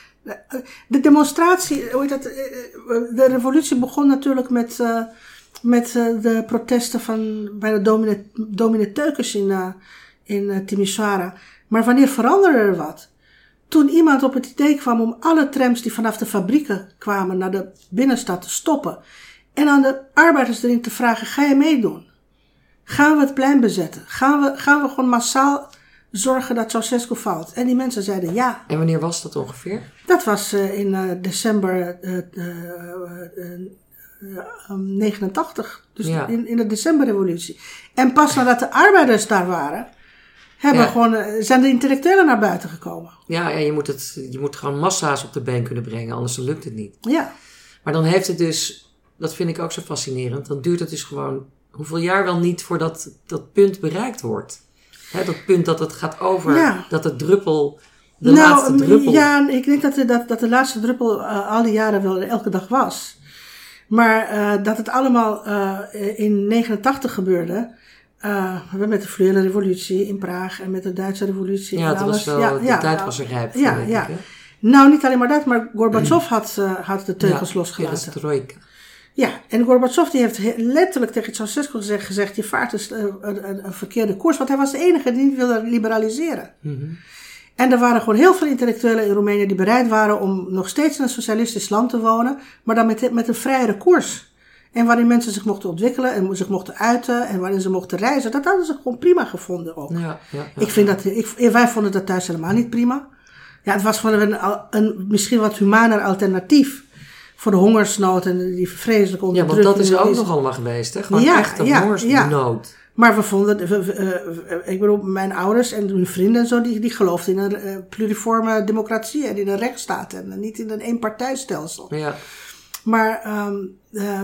De demonstratie, hoe heet dat, de revolutie begon natuurlijk met, uh, met uh, de protesten van bij de domine, domineteukers in, uh, in uh, Timisoara. Maar wanneer veranderde er wat? Toen iemand op het idee kwam om alle trams die vanaf de fabrieken kwamen naar de binnenstad te stoppen. En aan de arbeiders erin te vragen, ga je meedoen? Gaan we het plein bezetten? Gaan we, gaan we gewoon massaal zorgen dat Ceausescu valt? En die mensen zeiden ja. En wanneer was dat ongeveer? Dat was uh, in uh, december uh, uh, uh, uh, negenentachtig. Dus Ja. in, in de decemberrevolutie. En pas nadat de arbeiders daar waren, hebben Ja. gewoon, uh, zijn de intellectuelen naar buiten gekomen. Ja, ja je, moet het, je moet gewoon massa's op de been kunnen brengen, anders dan lukt het niet. Ja. Maar dan heeft het dus, dat vind ik ook zo fascinerend, dan duurt het dus gewoon hoeveel jaar wel niet voordat dat punt bereikt wordt. Hè, dat punt dat het gaat over, Ja. dat de druppel, de nou, laatste druppel. Ja, ik denk dat de, dat, dat de laatste druppel uh, al die jaren wel elke dag was. Maar uh, dat het allemaal uh, in negenentachtig gebeurde. Uh, met de fluwele revolutie in Praag en met de Duitse revolutie. Ja, en dat alles. was wel, ja, de ja, tijd ja. was er rijp voor, Ja, denk ja. ik. Hè? Nou, niet alleen maar dat, maar Gorbachev had, uh, had de teugels Ja, losgelaten. perestroika. Ja, en Gorbachev die heeft he- letterlijk tegen Ceausescu gezegd, gezegd je vaart dus uh, een, een, een verkeerde koers. Want hij was de enige die niet wilde liberaliseren. Mm-hmm. En er waren gewoon heel veel intellectuelen in Roemenië die bereid waren om nog steeds in een socialistisch land te wonen, maar dan met, met een vrijere koers. En waarin mensen zich mochten ontwikkelen en zich mochten uiten en waarin ze mochten reizen. Dat hadden ze gewoon prima gevonden ook. Ja, ja, ja. Ik vind dat, ik, wij vonden dat thuis helemaal niet prima. Ja, het was gewoon een, een misschien wat humaner alternatief voor de hongersnood en die vreselijke Ja, want onderdrukking. dat is ook die nog allemaal geweest, hè? Gewoon Ja, echte ja, hongersnood. Maar we vonden, we, we, uh, ik bedoel, mijn ouders en hun vrienden en zo, die, die geloofden in een uh, pluriforme democratie en in een rechtsstaat en niet in een eenpartijstelsel. Ja. Maar um, uh,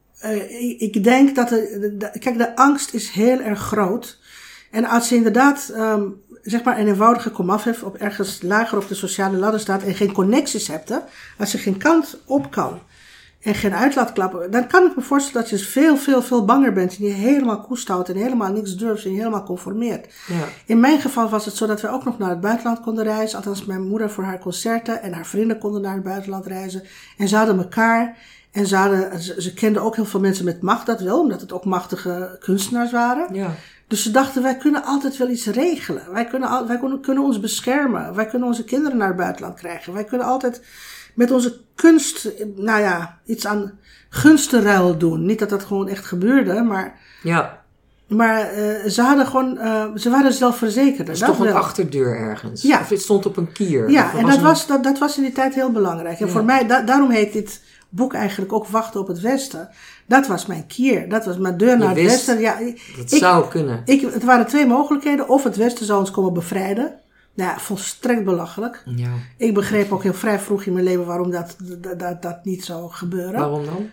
uh, ik denk dat, de, de, kijk, de angst is heel erg groot. En als je inderdaad, um, zeg maar, een eenvoudige komaf heeft, op ergens lager op de sociale ladder staat en geen connecties hebt, hè, als je geen kant op kan en geen uitlaatklappen, dan kan ik me voorstellen dat je veel, veel, veel banger bent en je helemaal koest houdt en helemaal niks durft en je helemaal conformeert. Ja. In mijn geval was het zo dat we ook nog naar het buitenland konden reizen, althans mijn moeder voor haar concerten en haar vrienden konden naar het buitenland reizen en ze hadden elkaar en ze, hadden, ze, ze kenden ook heel veel mensen met macht, dat wel, omdat het ook machtige kunstenaars waren. Ja. Dus ze dachten, wij kunnen altijd wel iets regelen. Wij kunnen, wij kunnen, kunnen ons beschermen. Wij kunnen onze kinderen naar het buitenland krijgen. Wij kunnen altijd met onze kunst, nou ja, iets aan gunstenruil doen. Niet dat dat gewoon echt gebeurde, maar... Ja. Maar uh, ze hadden gewoon, uh, ze waren zelfverzekerd. Dat is toch een wel. achterdeur ergens? Ja. Of het stond op een kier? Ja, en was dat, een... was, dat, dat was in die tijd heel belangrijk. En ja. voor mij, da, daarom heet dit boek eigenlijk ook Wachten op het Westen. Dat was mijn kier. Dat was mijn deur naar het Westen. Ja, dat ik, zou kunnen. Ik, het waren twee mogelijkheden. Of het Westen zou ons komen bevrijden. Nou ja, volstrekt belachelijk. Ja. Ik begreep ook heel vrij vroeg in mijn leven waarom dat, dat, dat, dat niet zou gebeuren. Waarom dan?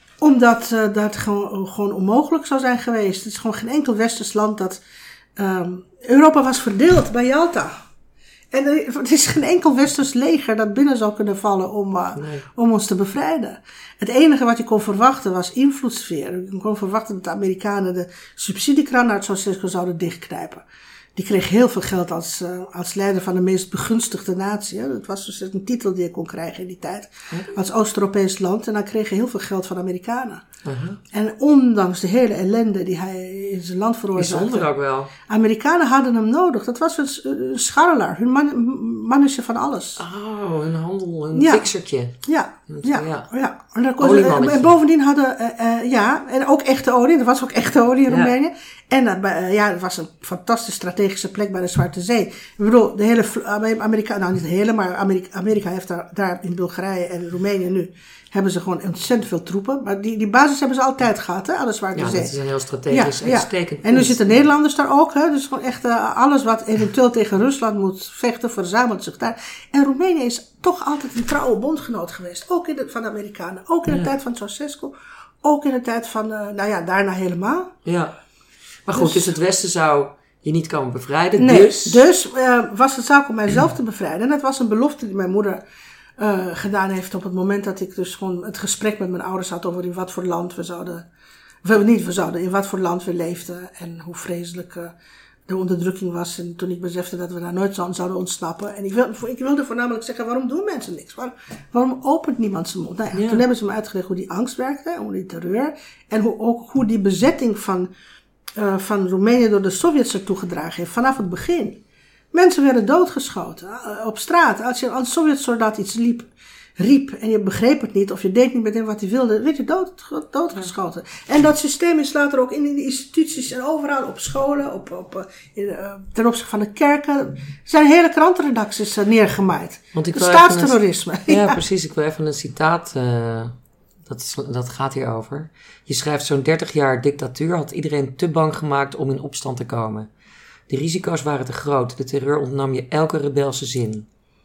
Omdat uh, dat gewoon, gewoon onmogelijk zou zijn geweest. Het is gewoon geen enkel westers land dat... Um, Europa was verdeeld bij Jalta. En er, het is geen enkel westers leger dat binnen zou kunnen vallen om, uh, nee. om ons te bevrijden. Het enige wat je kon verwachten was invloedssfeer. Je kon verwachten dat de Amerikanen de subsidiekraan naar het Ceausescu zouden dichtknijpen. Die kreeg heel veel geld als, uh, als leider van de meest begunstigde natie. Hè. Dat was dus een titel die je kon krijgen in die tijd. Hm? Als Oost-Europees land. En dan kreeg je heel veel geld van de Amerikanen. Uh-huh. En ondanks de hele ellende die hij in zijn land veroorzaakte. Bijzonder ook wel. Amerikanen hadden hem nodig. Dat was een, een scharrelaar. Hun man, mannetje van alles. Oh, een handel, een ja. fixertje. Ja, ja, ja. ja. En, dan kon ze, en bovendien hadden, uh, uh, ja, en ook echte olie. Er was ook echte olie in ja. Roemenië. En dat, uh, ja, het was een fantastische strategische plek bij de Zwarte Zee. Ik bedoel, de hele Amerika, nou niet de hele, maar Amerika, Amerika heeft daar, daar in Bulgarije en Roemenië nu, hebben ze gewoon ontzettend veel troepen. Maar die, die basis hebben ze altijd gehad, hè, aan de Zwarte ja, Zee. Ja, dat is een heel strategisch ja, uitstekend. Ja. En nu zitten Nederlanders daar ook, hè. Dus gewoon echt, uh, alles wat eventueel tegen Rusland moet vechten, verzamelt zich daar. En Roemenië is toch altijd een trouwe bondgenoot geweest. Ook in de, van de Amerikanen. Ook in de ja. tijd van Ceausescu. Ook in de tijd van, uh, nou ja, daarna helemaal. Ja. Maar goed, dus, dus het Westen zou je niet komen bevrijden. Nee, dus dus uh, was het zaak om mijzelf te bevrijden. En dat was een belofte die mijn moeder uh, gedaan heeft op het moment dat ik dus gewoon het gesprek met mijn ouders had over in wat voor land we zouden, we niet we zouden, in wat voor land we leefden en hoe vreselijk uh, de onderdrukking was. En toen ik besefte dat we daar nooit zouden ontsnappen. En ik wilde, ik wilde voornamelijk zeggen, waarom doen mensen niks? Waarom, waarom opent niemand zijn mond? Nou ja, ja. Toen hebben ze me uitgelegd hoe die angst werkte, hoe die terreur en hoe, ook hoe die bezetting van Uh, van Roemenië door de Sovjets er toegedragen heeft, vanaf het begin. Mensen werden doodgeschoten, uh, op straat. Als je als een Sovjet-soldaat iets liep, riep en je begreep het niet, of je deed niet met hem wat hij wilde, werd je dood, doodgeschoten. Ja. En dat systeem is later ook in de instituties en overal, op scholen, op, op, in, uh, ten opzichte van de kerken. Er zijn hele krantenredacties uh, neergemaaid. Want ik het staatsterrorisme. Een, ja, ja, precies. Ik wil even een citaat... Uh... Dat, is, dat gaat hierover. Je schrijft, zo'n dertig jaar dictatuur had iedereen te bang gemaakt om in opstand te komen. De risico's waren te groot. De terreur ontnam je elke rebelse zin.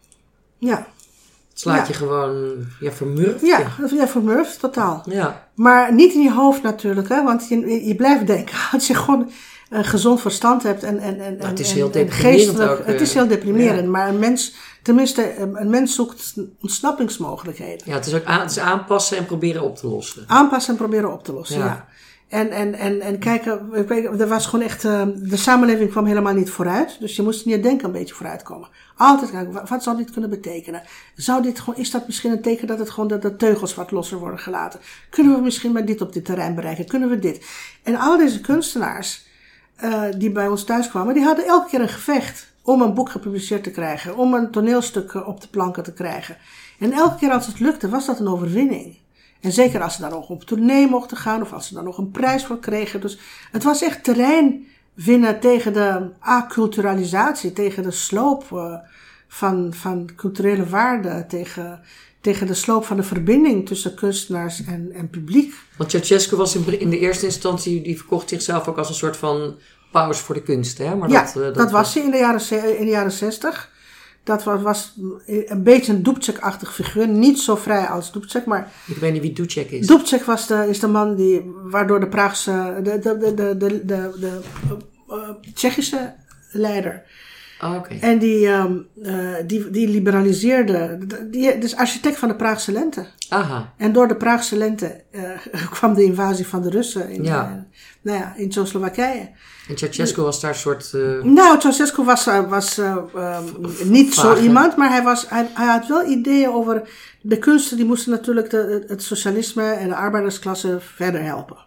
Ja. Het slaat ja. je gewoon, ja, vermurft. Ja, ja, vermurft, totaal. Ja. Maar niet in je hoofd natuurlijk, hè, want je, je blijft denken. Als je gewoon een gezond verstand hebt en, en, en, nou, het is en, heel en geestelijk. Ook, het is heel deprimerend, ja. Maar een mens, tenminste, een mens zoekt ontsnappingsmogelijkheden. Ja, het is ook aan, het is aanpassen en proberen op te lossen. Aanpassen en proberen op te lossen, ja. ja. En, en, en, en kijken, er was gewoon echt, de samenleving kwam helemaal niet vooruit. Dus je moest in je denken een beetje vooruitkomen. Altijd kijken, wat zou dit kunnen betekenen? Zou dit gewoon, is dat misschien een teken dat het gewoon, dat de teugels wat losser worden gelaten? Kunnen we misschien met dit op dit terrein bereiken? Kunnen we dit? En al deze kunstenaars, uh, die bij ons thuis kwamen, die hadden elke keer een gevecht om een boek gepubliceerd te krijgen. Om een toneelstuk op de planken te krijgen. En elke keer als het lukte, was dat een overwinning. En zeker als ze dan nog op tournee mochten gaan, of als ze daar nog een prijs voor kregen. Dus het was echt terrein winnen tegen de acculturalisatie, tegen de sloop uh, van, van culturele waarde, tegen, tegen de sloop van de verbinding tussen kunstenaars en, en publiek. Want Ceausescu was in, in de eerste instantie, die verkocht zichzelf ook als een soort van paus voor de kunst, hè? Maar ja, dat, uh, dat, dat was hij in de jaren, in de jaren zestig. Dat was, was een beetje een Dubček-achtig figuur. Niet zo vrij als Dubček, maar... Ik weet niet wie Dubček is. Dubček was de, is de man die, waardoor de Praagse, de, de, de, de, de, de, de uh, Tsjechische leider. Oh, oké. En die, um, uh, die, die liberaliseerde, die, dus architect van de Praagse lente. Aha. En door de Praagse lente uh, kwam de invasie van de Russen in, ja. uh, nou ja, in Tsjechoslowakije. En Ceausescu was daar een soort... Uh... Nou, Ceausescu was, uh, was uh, um, niet zo iemand, maar hij, was, hij, hij had wel ideeën over de kunsten. Die moesten natuurlijk de, het socialisme en de arbeidersklasse verder helpen.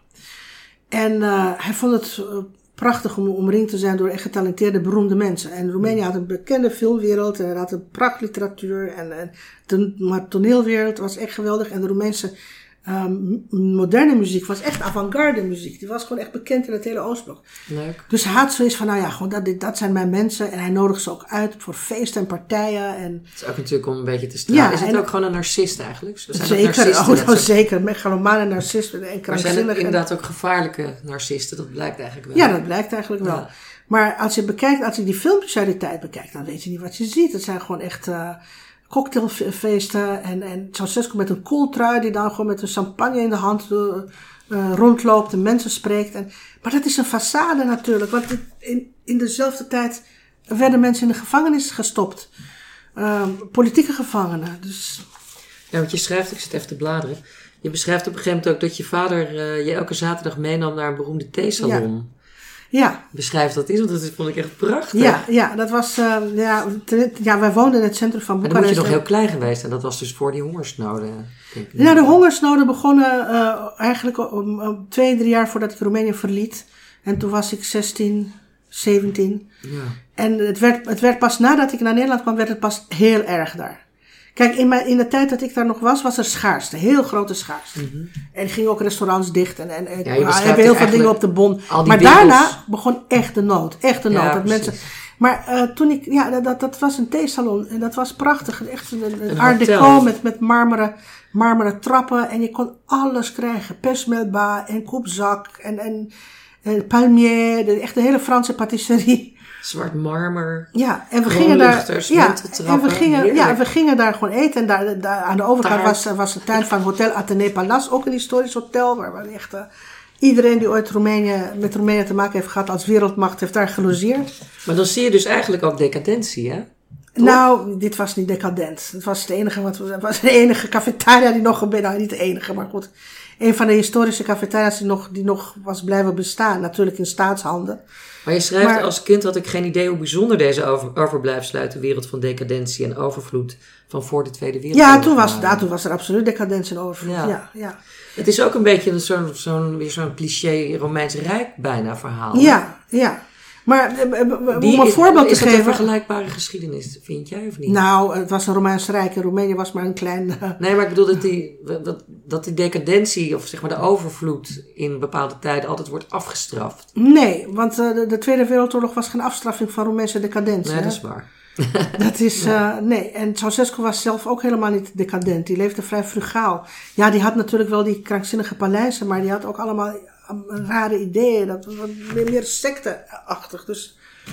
En uh, hij vond het uh, prachtig om omringd te zijn door echt getalenteerde, beroemde mensen. En Roemenië had een bekende filmwereld en had een prachtliteratuur. En, en de maar toneelwereld was echt geweldig. En de Roemeense um, moderne muziek was echt avant-garde muziek. Die was gewoon echt bekend in het hele Oostblok. Leuk. Dus hij had zoiets van, nou ja, gewoon dat, dat zijn mijn mensen. En hij nodigt ze ook uit voor feesten en partijen. En het is ook natuurlijk om een beetje te stralen. Ja, is het en, ook gewoon een narcist eigenlijk? Zo zijn zeker, oh, nou, zeker. Megalomane narcisten en krankzinnig. Maar zijn het inderdaad ook gevaarlijke narcisten? Dat blijkt eigenlijk wel. Ja, dat blijkt eigenlijk wel. Ja. Maar als je bekijkt, als je die filmpjes uit die tijd bekijkt, dan weet je niet wat je ziet. Het zijn gewoon echt uh, cocktailfeesten en, en Ceausescu met een kooltrui die dan gewoon met een champagne in de hand uh, uh, rondloopt en mensen spreekt. En, maar dat is een façade natuurlijk, want in, in dezelfde tijd werden mensen in de gevangenis gestopt. Uh, politieke gevangenen. Dus... Ja, want je schrijft, ik zit even te bladeren. Je beschrijft op een gegeven moment ook dat je vader uh, je elke zaterdag meenam naar een beroemde theesalon. Ja. Ja. Beschrijf dat eens, want dat vond ik echt prachtig. Ja, ja dat was, uh, ja, te, ja, wij woonden in het centrum van Boekarest. En dan moet je nog heel klein geweest en dat was dus voor die hongersnoden. Denk ik. Nou, de hongersnoden begonnen uh, eigenlijk om, om twee, drie jaar voordat ik Roemenië verliet. En toen was ik zestien, zeventien. Ja. En het werd, het werd pas nadat ik naar Nederland kwam, werd het pas heel erg daar. Kijk, in, mijn, in de tijd dat ik daar nog was, was er schaarste. Heel grote schaarste. Mm-hmm. En er gingen ook restaurants dicht. En, en, en ja, we hebben heel veel dingen op de bon. Maar winkels... daarna begon echt de nood. Echt de nood. Ja, dat mensen... Maar uh, toen ik... Ja, dat, dat was een theesalon. En dat was prachtig. Echt een, een, een art deco met, met marmeren, marmeren trappen. En je kon alles krijgen. Persmelba en koepzak. En, en, en palmier. De, echt de hele Franse patisserie. Zwart marmer. Ja, en we gingen daar. Ja, en we gingen, heerlijk. ja, we gingen daar gewoon eten. En daar, daar aan de overkant was, was de tuin van Hotel Athénée Palace, ook een historisch hotel. Waar, waar echt uh, iedereen die ooit Roemenië, met Roemenië te maken heeft gehad als wereldmacht, heeft daar gelogeerd. Maar dan zie je dus eigenlijk ook decadentie, hè? Toch? Nou, dit was niet decadent. Het was de enige, wat, het was de enige cafetaria die nog, nou niet de enige, maar goed. Een van de historische cafetaria's die nog, die nog was blijven bestaan. Natuurlijk in staatshanden. Maar je schrijft, maar, als kind had ik geen idee hoe bijzonder deze over, overblijfselen uit de wereld van decadentie en overvloed van voor de Tweede Wereldoorlog. Ja, toen was, ja, toen was er absoluut decadentie en overvloed. Ja. Ja, ja. Het is ook een beetje een, zo'n, zo'n, weer zo'n cliché Romeins Rijk bijna verhaal. Ja, ja. Maar om Die, een voorbeeld te is geven... Is dat een vergelijkbare geschiedenis, vind jij of niet? Nou, het was een Romeins Rijk en Roemenië was maar een klein... Uh... Nee, maar ik bedoel dat die, dat, dat die decadentie of zeg maar de overvloed in bepaalde tijden altijd wordt afgestraft. Nee, want uh, de, de Tweede Wereldoorlog was geen afstraffing van Roemeense decadentie. Nee, hè? dat is waar. Dat is, uh, nee. En Ceausescu was zelf ook helemaal niet decadent. Die leefde vrij frugaal. Ja, die had natuurlijk wel die krankzinnige paleizen, maar die had ook allemaal rare ideeën. Dat was meer secteachtig. Dus,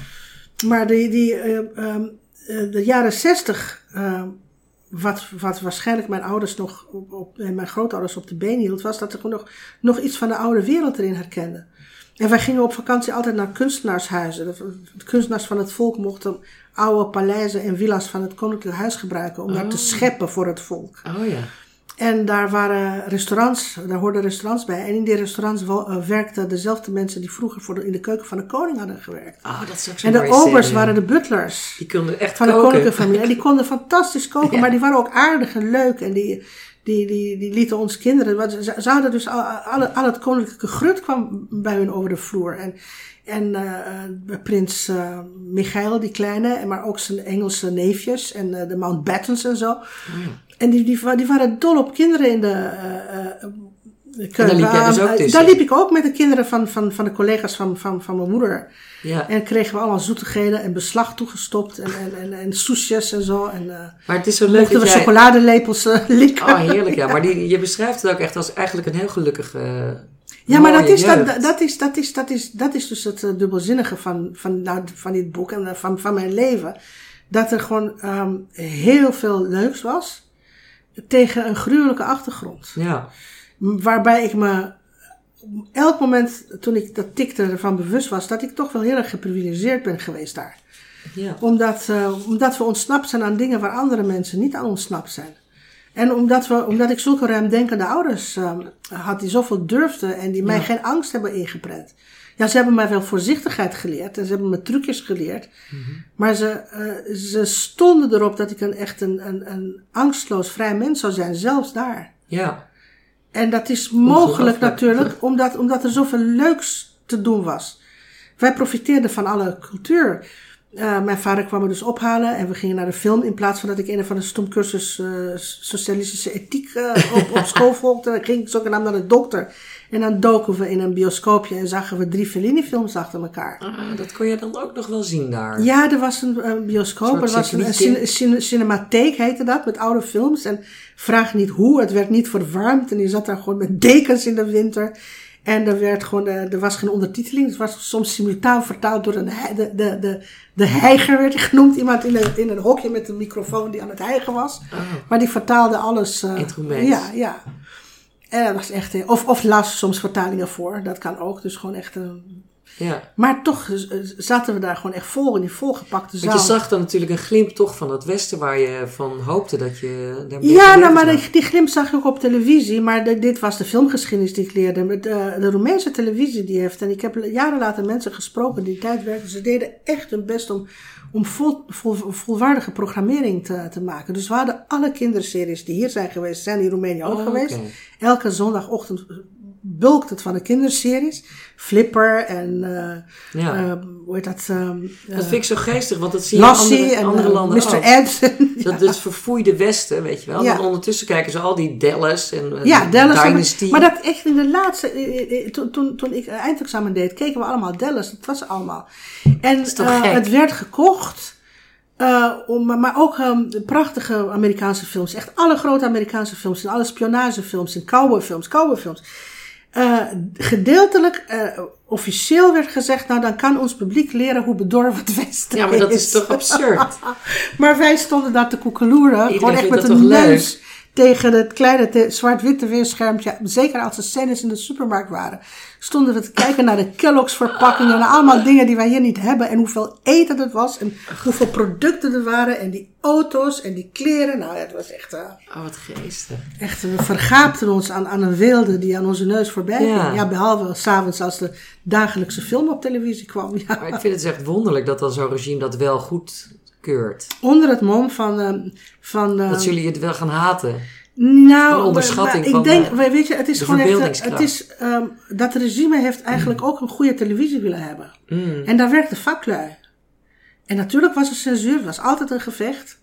maar die, die, uh, um, uh, de jaren zestig, uh, wat, wat waarschijnlijk mijn ouders nog op, op, en mijn grootouders op de been hield, was dat ze gewoon nog, nog iets van de oude wereld erin herkenden. En wij gingen op vakantie altijd naar kunstenaarshuizen. De kunstenaars van het volk mochten oude paleizen en villa's van het koninklijk huis gebruiken om oh. daar te scheppen voor het volk. Oh ja. En daar waren restaurants, daar hoorden restaurants bij. En in die restaurants werkten dezelfde mensen die vroeger voor de, in de keuken van de koning hadden gewerkt. Oh, dat is ook zo en de mooi obers serie. waren de butlers. Die konden echt van koken. de koninklijke familie. En die konden fantastisch koken, ja. maar die waren ook aardig en leuk. En die, die, die, die lieten ons kinderen... Ze, ze hadden dus al, al, al het koninklijke grut kwam bij hun over de vloer. En, en uh, prins uh, Michael, die kleine, maar ook zijn Engelse neefjes en uh, de Mountbattens en zo. Oh ja. En die, die, die waren dol op kinderen in de, uh, uh, En daar liep jij dus ook tussen? Daar liep ik ook met de kinderen van, van, van de collega's van, van, van mijn moeder. Ja. En kregen we allemaal zoetigheden en beslag toegestopt. En, en, en, en soesjes en zo. En, uh, maar het is zo leuk dat we jij... chocoladelepels uh, likken. Oh, heerlijk, ja. Maar die, je beschrijft het ook echt als eigenlijk een heel gelukkige uh, Ja, maar dat is, dat, dat, is, dat, is, dat, is, dat is dus het uh, dubbelzinnige van, van, nou, van dit boek en uh, van, van mijn leven. Dat er gewoon um, heel veel leuks was tegen een gruwelijke achtergrond. Ja. Waarbij ik me elk moment toen ik dat tikte ervan bewust was dat ik toch wel heel erg geprivilegeerd ben geweest daar. Ja. Omdat, uh, omdat we ontsnapt zijn aan dingen waar andere mensen niet aan ontsnapt zijn. En omdat, we, omdat ik zulke ruimdenkende ouders uh, had die zoveel durfden en die mij ja. geen angst hebben ingeprent. Ja, ze hebben mij wel voorzichtigheid geleerd en ze hebben me trucjes geleerd. Mm-hmm. Maar ze, uh, ze stonden erop dat ik een, echt een, een, een angstloos vrij mens zou zijn, zelfs daar. Ja. En dat is mogelijk natuurlijk, omdat, omdat er zoveel leuks te doen was. Wij profiteerden van alle cultuur. Uh, mijn vader kwam me dus ophalen en we gingen naar de film. In plaats van dat ik een of andere stomcursus uh, socialistische ethiek uh, op, op school volgde. Dan ging ik zogenaamd naar de dokter. En dan doken we in een bioscoopje en zagen we drie Fellini-films achter elkaar. Ah, dat kon je dan ook nog wel zien daar? Ja, er was een, een bioscoop. Er was een, een cin, cin, cinematheek, heette dat, met oude films. En vraag niet hoe, het werd niet verwarmd. En je zat daar gewoon met dekens in de winter. En er werd gewoon, er was geen ondertiteling. Het was soms simultaan vertaald door een, de, de, de, de heiger werd hij genoemd. Iemand in een, in een hokje met een microfoon die aan het hijgen was. Oh. Maar die vertaalde alles. Uh, in het Roemeens. Ja, ja. En dat was echt, of, of las soms vertalingen voor. Dat kan ook. Dus gewoon echt een... Ja. Maar toch zaten we daar gewoon echt vol in die volgepakte zaal. Want je zag dan natuurlijk een glimp toch van het Westen waar je van hoopte dat je daar meer Ja, nou, maar die, die glimp zag je ook op televisie. Maar de, dit was de filmgeschiedenis die ik leerde. De, de Roemeense televisie die heeft, en ik heb jaren later mensen gesproken die tijd werkten. Ze deden echt hun best om, om vol, vol, volwaardige programmering te, te maken. Dus we hadden alle kinderseries die hier zijn geweest, zijn in Roemenië ook oh, geweest. Okay. Elke zondagochtend bulkt het van de kinderseries. Flipper en uh, ja. uh, hoe heet dat? Uh, dat vind ik zo geestig, want dat zie je in andere, en, andere landen mister ook. Ed. Ja. Dat het verfoeide Westen, weet je wel. Ja. Dan ondertussen kijken ze al die Dallas en uh, ja, Dallas Dynasty. En, maar dat echt in de laatste, toen, toen, toen ik eindexamen deed, keken we allemaal Dallas. Dat was allemaal. En uh, het werd gekocht. Uh, om, maar ook um, prachtige Amerikaanse films. Echt alle grote Amerikaanse films. En alle spionagefilms en cowboyfilms. Cowboyfilms. Uh, gedeeltelijk, uh, officieel werd gezegd, nou dan kan ons publiek leren hoe bedorven het Westen is. Ja, maar dat is toch absurd? Maar wij stonden daar te koekeloeren. Gewoon echt met een neus leuk. Tegen het kleine te, zwart-wit tv-schermpje. Zeker als er scènes in de supermarkt waren. Stonden we te kijken naar de Kellogg's verpakkingen. En allemaal dingen die wij hier niet hebben. En hoeveel eten het was. En hoeveel producten er waren. En die auto's en die kleren. Nou, het was echt... Uh, oh, wat geestig. Echt, we vergaapten ons aan, aan een weelde die aan onze neus voorbij ging. Ja, ja behalve s'avonds als de dagelijkse film op televisie kwam. Ja. Maar ik vind het echt wonderlijk dat dan zo'n regime dat wel goed... keurt. Onder het mom van... Uh, van uh, dat jullie het wel gaan haten. Nou, een onderschatting maar, maar van ik denk, de, weet je, het is gewoon echt, het is, um, dat regime heeft eigenlijk mm. ook een goede televisie willen hebben. Mm. En daar werkte vaklui. En natuurlijk was er censuur, het was altijd een gevecht.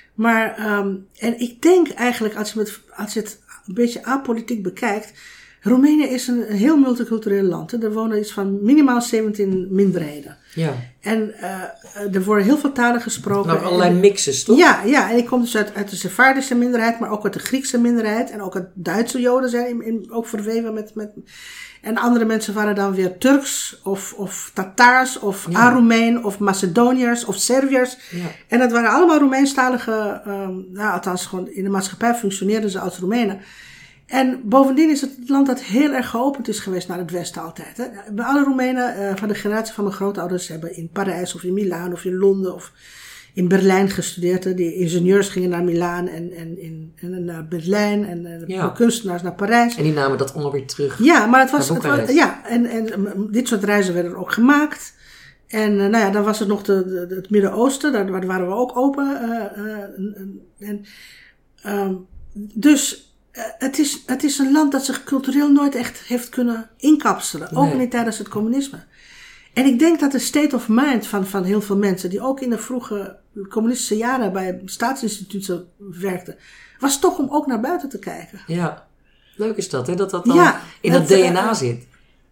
Maar, um, en ik denk eigenlijk, als je, het, als je het een beetje apolitiek bekijkt, Roemenië is een, een heel multicultureel land. Hè. Er wonen iets van minimaal zeventien minderheden. Ja. En uh, er worden heel veel talen gesproken. Nou, allerlei mixes, toch? Ja, ja, en ik kom dus uit, uit de Sephardische minderheid, maar ook uit de Griekse minderheid. En ook uit Duitse Joden zijn in, in, ook verweven met, met... En andere mensen waren dan weer Turks of, of Tataars of ja. Aroemeen of Macedoniërs of Serviërs. Ja. En dat waren allemaal Roemeenstalige, um, nou althans gewoon in de maatschappij functioneerden ze als Roemenen. En bovendien is het het land dat heel erg geopend is geweest naar het Westen altijd. Hè. Bij alle Roemenen uh, van de generatie van mijn grootouders hebben in Parijs of in Milaan of in Londen of in Berlijn gestudeerd. Hè. Die ingenieurs gingen naar Milaan en, en, in, en naar Berlijn en de ja. kunstenaars naar Parijs. En die namen dat allemaal weer terug. Ja, maar het was, het was ja, en, en dit soort reizen werden ook gemaakt. En uh, nou ja, dan was het nog de, de, het Midden-Oosten, daar, daar waren we ook open. Uh, uh, en, um, dus uh, het, is, het is een land dat zich cultureel nooit echt heeft kunnen inkapselen. Nee. Ook niet tijdens het communisme. En ik denk dat de state of mind van, van heel veel mensen, die ook in de vroege communistische jaren bij staatsinstituten werkten, was toch om ook naar buiten te kijken. Ja. Leuk is dat, hè? Dat dat dan ja, in dat het, D N A uh, zit.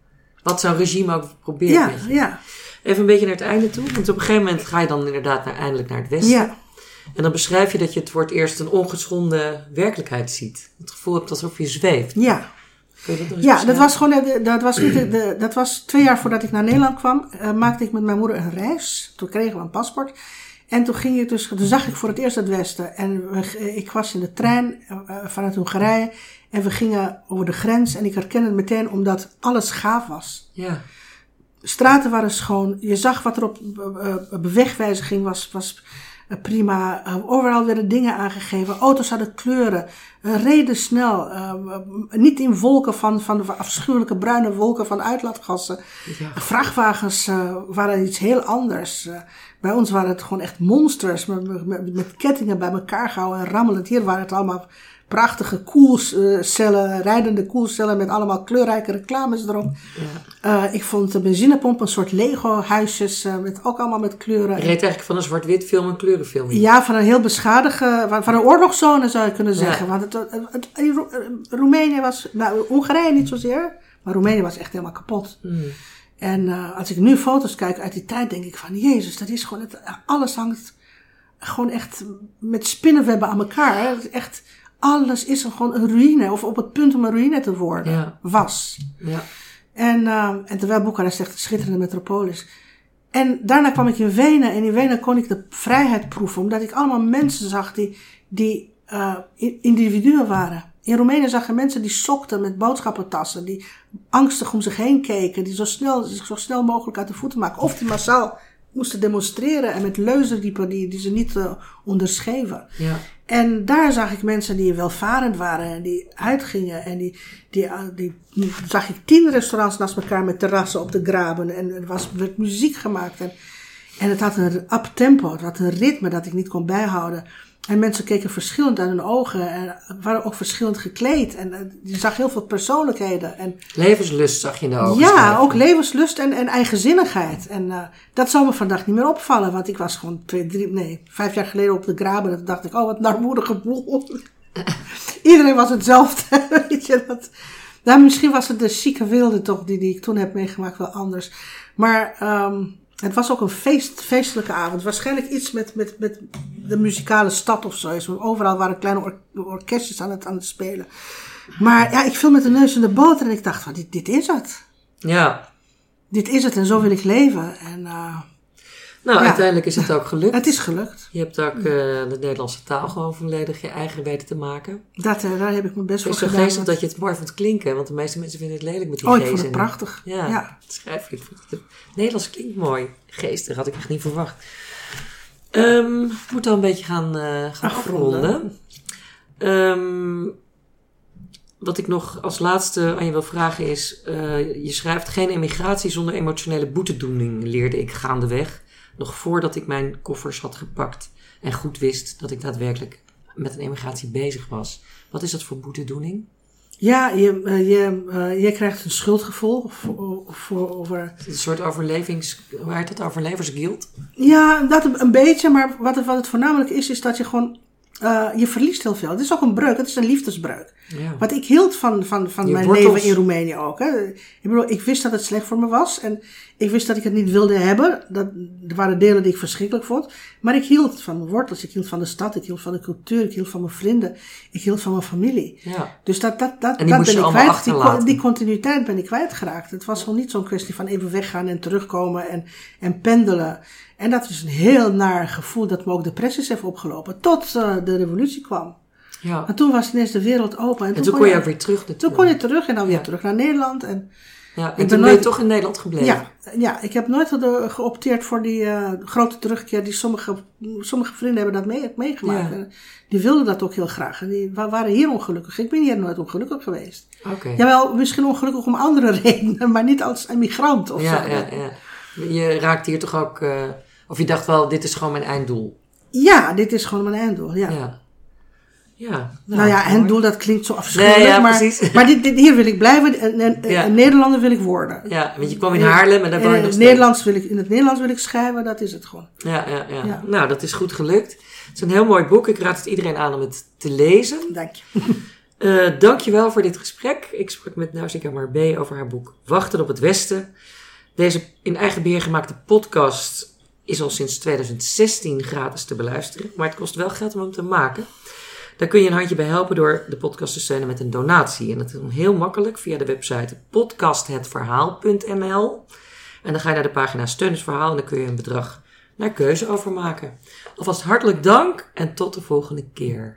Wat zo'n regime ook probeert. Ja, met je. ja. Even een beetje naar het einde toe. Want op een gegeven moment ga je dan inderdaad naar, eindelijk naar het westen. Ja. En dan beschrijf je dat je het voor het eerst een ongeschonden werkelijkheid ziet. Het gevoel hebt alsof je zweeft. Ja. Kun je dat nog eens Ja, dat beschrijven? was gewoon, dat was, niet de, de, dat was twee jaar voordat ik naar Nederland kwam, uh, maakte ik met mijn moeder een reis. Toen kregen we een paspoort. En toen ging ik dus, toen zag ik voor het eerst het westen. En we, ik was in de trein uh, vanuit Hongarije. En we gingen over de grens. En ik herkende het meteen omdat alles gaaf was. Ja. Straten waren schoon. Je zag wat er op uh, bewegwijziging was, was uh, prima. Uh, overal werden dingen aangegeven. Auto's hadden kleuren. Uh, reden snel. Uh, niet in wolken van, van de afschuwelijke bruine wolken van uitlaatgassen. Ja. Vrachtwagens uh, waren iets heel anders. Uh, bij ons waren het gewoon echt monsters. Met, met, met kettingen bij elkaar gehouden en rammelend. Hier waren het allemaal prachtige koelcellen, rijdende koelcellen met allemaal kleurrijke reclames erop. Ja. Uh, ik vond de benzinepomp een soort Lego-huisjes, uh, met, ook allemaal met kleuren. Je reed eigenlijk van een zwart-wit film een kleurenfilm. Ja, van een heel beschadigde, van, van een oorlogszone zou je kunnen zeggen. Ja. Want het, het, het, het, Roemenië was, nou, Hongarije niet zozeer, maar Roemenië was echt helemaal kapot. Mm. En uh, als ik nu foto's kijk uit die tijd, denk ik van, Jezus, dat is gewoon, het, alles hangt gewoon echt met spinnenwebben aan elkaar. Hè. Het is echt, alles is een, gewoon een ruïne, of op het punt om een ruïne te worden. Ja. Was. Ja. En, uh, en terwijl Boekarest echt een schitterende metropolis. En daarna kwam ik in Wenen. En in Wenen kon ik de vrijheid proeven. Omdat ik allemaal mensen zag die, die uh, individuen waren. In Roemenië zag je mensen die sokten met boodschappentassen. Die angstig om zich heen keken. Die zo snel, zich zo snel mogelijk uit de voeten maken. Of die massaal moesten demonstreren. En met leuzendiepen die, die ze niet uh, onderscheven. Ja. En daar zag ik mensen die welvarend waren en die uitgingen. En die, die, die, die zag ik tien restaurants naast elkaar met terrassen op de graben. En er was, werd muziek gemaakt. En, en het had een up-tempo, het had een ritme dat ik niet kon bijhouden. En mensen keken verschillend uit hun ogen en waren ook verschillend gekleed. En je zag heel veel persoonlijkheden. En levenslust zag je in de ogen. Ja, schrijven. ook levenslust en, en eigenzinnigheid. En uh, dat zou me vandaag niet meer opvallen. Want ik was gewoon twee, drie, nee, vijf jaar geleden op de graben. En toen dacht ik, oh wat een armoedige boel. Iedereen was hetzelfde. Weet je, dat, nou, misschien was het de chique wilde toch die, die ik toen heb meegemaakt wel anders. Maar um, het was ook een feest, feestelijke avond. Waarschijnlijk iets met, met, met de muzikale stad of zo. Overal waren kleine or- orkestjes aan het, aan het spelen. Maar ja, ik viel met de neus in de boter en ik dacht van, dit, dit is het. Ja. Dit is het en zo wil ik leven. En, uh, nou, ja. uiteindelijk is het ook gelukt. Het is gelukt. Je hebt ook uh, de Nederlandse taal gewoon volledig je eigen weten te maken. Dat, uh, daar heb ik me best voor gedaan. Het is zo geestig dat je het mooi vond klinken, want de meeste mensen vinden het lelijk met die oh, G's. Oh, ik vond het prachtig. Ja, ja. Het schrijf ik. Het Nederlands klinkt mooi. Geestig, had ik echt niet verwacht. Um, ik moet dan een beetje gaan, uh, gaan afronden. Um, wat ik nog als laatste aan je wil vragen is, uh, je schrijft geen emigratie zonder emotionele boetedoening, leerde ik gaandeweg, nog voordat ik mijn koffers had gepakt en goed wist dat ik daadwerkelijk met een emigratie bezig was. Wat is dat voor boetedoening? Ja, je, uh, je, uh, je krijgt een schuldgevoel voor, voor, over... Een soort overlevings... Hoe heet dat? Overleversguilt? Ja, dat een beetje, maar wat het, wat het voornamelijk is, is dat je gewoon... Uh, je verliest heel veel. Het is ook een breuk. Het is een liefdesbreuk. Ja. Want ik hield van, van, van mijn wortels. leven in Roemenië ook. Hè. Ik bedoel, ik wist dat het slecht voor me was. En ik wist dat ik het niet wilde hebben. Dat, er waren delen die ik verschrikkelijk vond. Maar ik hield van mijn wortels. Ik hield van de stad. Ik hield van de cultuur. Ik hield van mijn vrienden. Ik hield van mijn familie. Ja. Dus dat, dat, dat, en die dat ben ik kwijt. Die, die continuïteit ben ik kwijtgeraakt. Het was gewoon niet zo'n kwestie van even weggaan en terugkomen en, en pendelen. En dat is een heel naar gevoel dat me ook depressies heeft opgelopen. Tot uh, de revolutie kwam. Ja. En toen was ineens de wereld open. En, en toen, toen kon kon je je ook weer terug. Natuurlijk. Toen kon je terug en dan weer ja. terug naar Nederland. En, ja, en toen ben nooit, je toch in Nederland gebleven. Ja, ja ik heb nooit de, geopteerd voor die uh, grote terugkeer. Die sommige, sommige vrienden hebben dat mee, meegemaakt. Ja. Die wilden dat ook heel graag. En die waren hier ongelukkig. Ik ben hier nooit ongelukkig geweest. Okay. Jawel, misschien ongelukkig om andere redenen. Maar niet als emigrant of ja, zo. Ja, ja. Je raakte hier toch ook... Uh, Of je dacht wel, dit is gewoon mijn einddoel. Ja, dit is gewoon mijn einddoel, ja. Ja. Ja, nou, nou ja, einddoel, dat klinkt zo afschuwelijk. Nee, ja, maar precies. maar dit, dit, hier wil ik blijven. En, en, ja. Een Nederlander wil ik worden. Ja, want je kwam in Haarlem en daar woon je nog Nederlands wil ik, in het Nederlands wil ik schrijven, dat is het gewoon. Ja, ja, ja, ja. Nou, dat is goed gelukt. Het is een heel mooi boek. Ik raad het iedereen aan om het te lezen. Dank je. Uh, dankjewel voor dit gesprek. Ik sprak met Nausicaa Marbé over haar boek Wachten op het Westen. Deze in eigen beheer gemaakte podcast is al sinds twintig zestien gratis te beluisteren. Maar het kost wel geld om hem te maken. Daar kun je een handje bij helpen door de podcast te steunen met een donatie. En dat is heel makkelijk via de website podcast het verhaal punt n l. En dan ga je naar de pagina Steun het Verhaal en dan kun je een bedrag naar keuze overmaken. Alvast hartelijk dank en tot de volgende keer.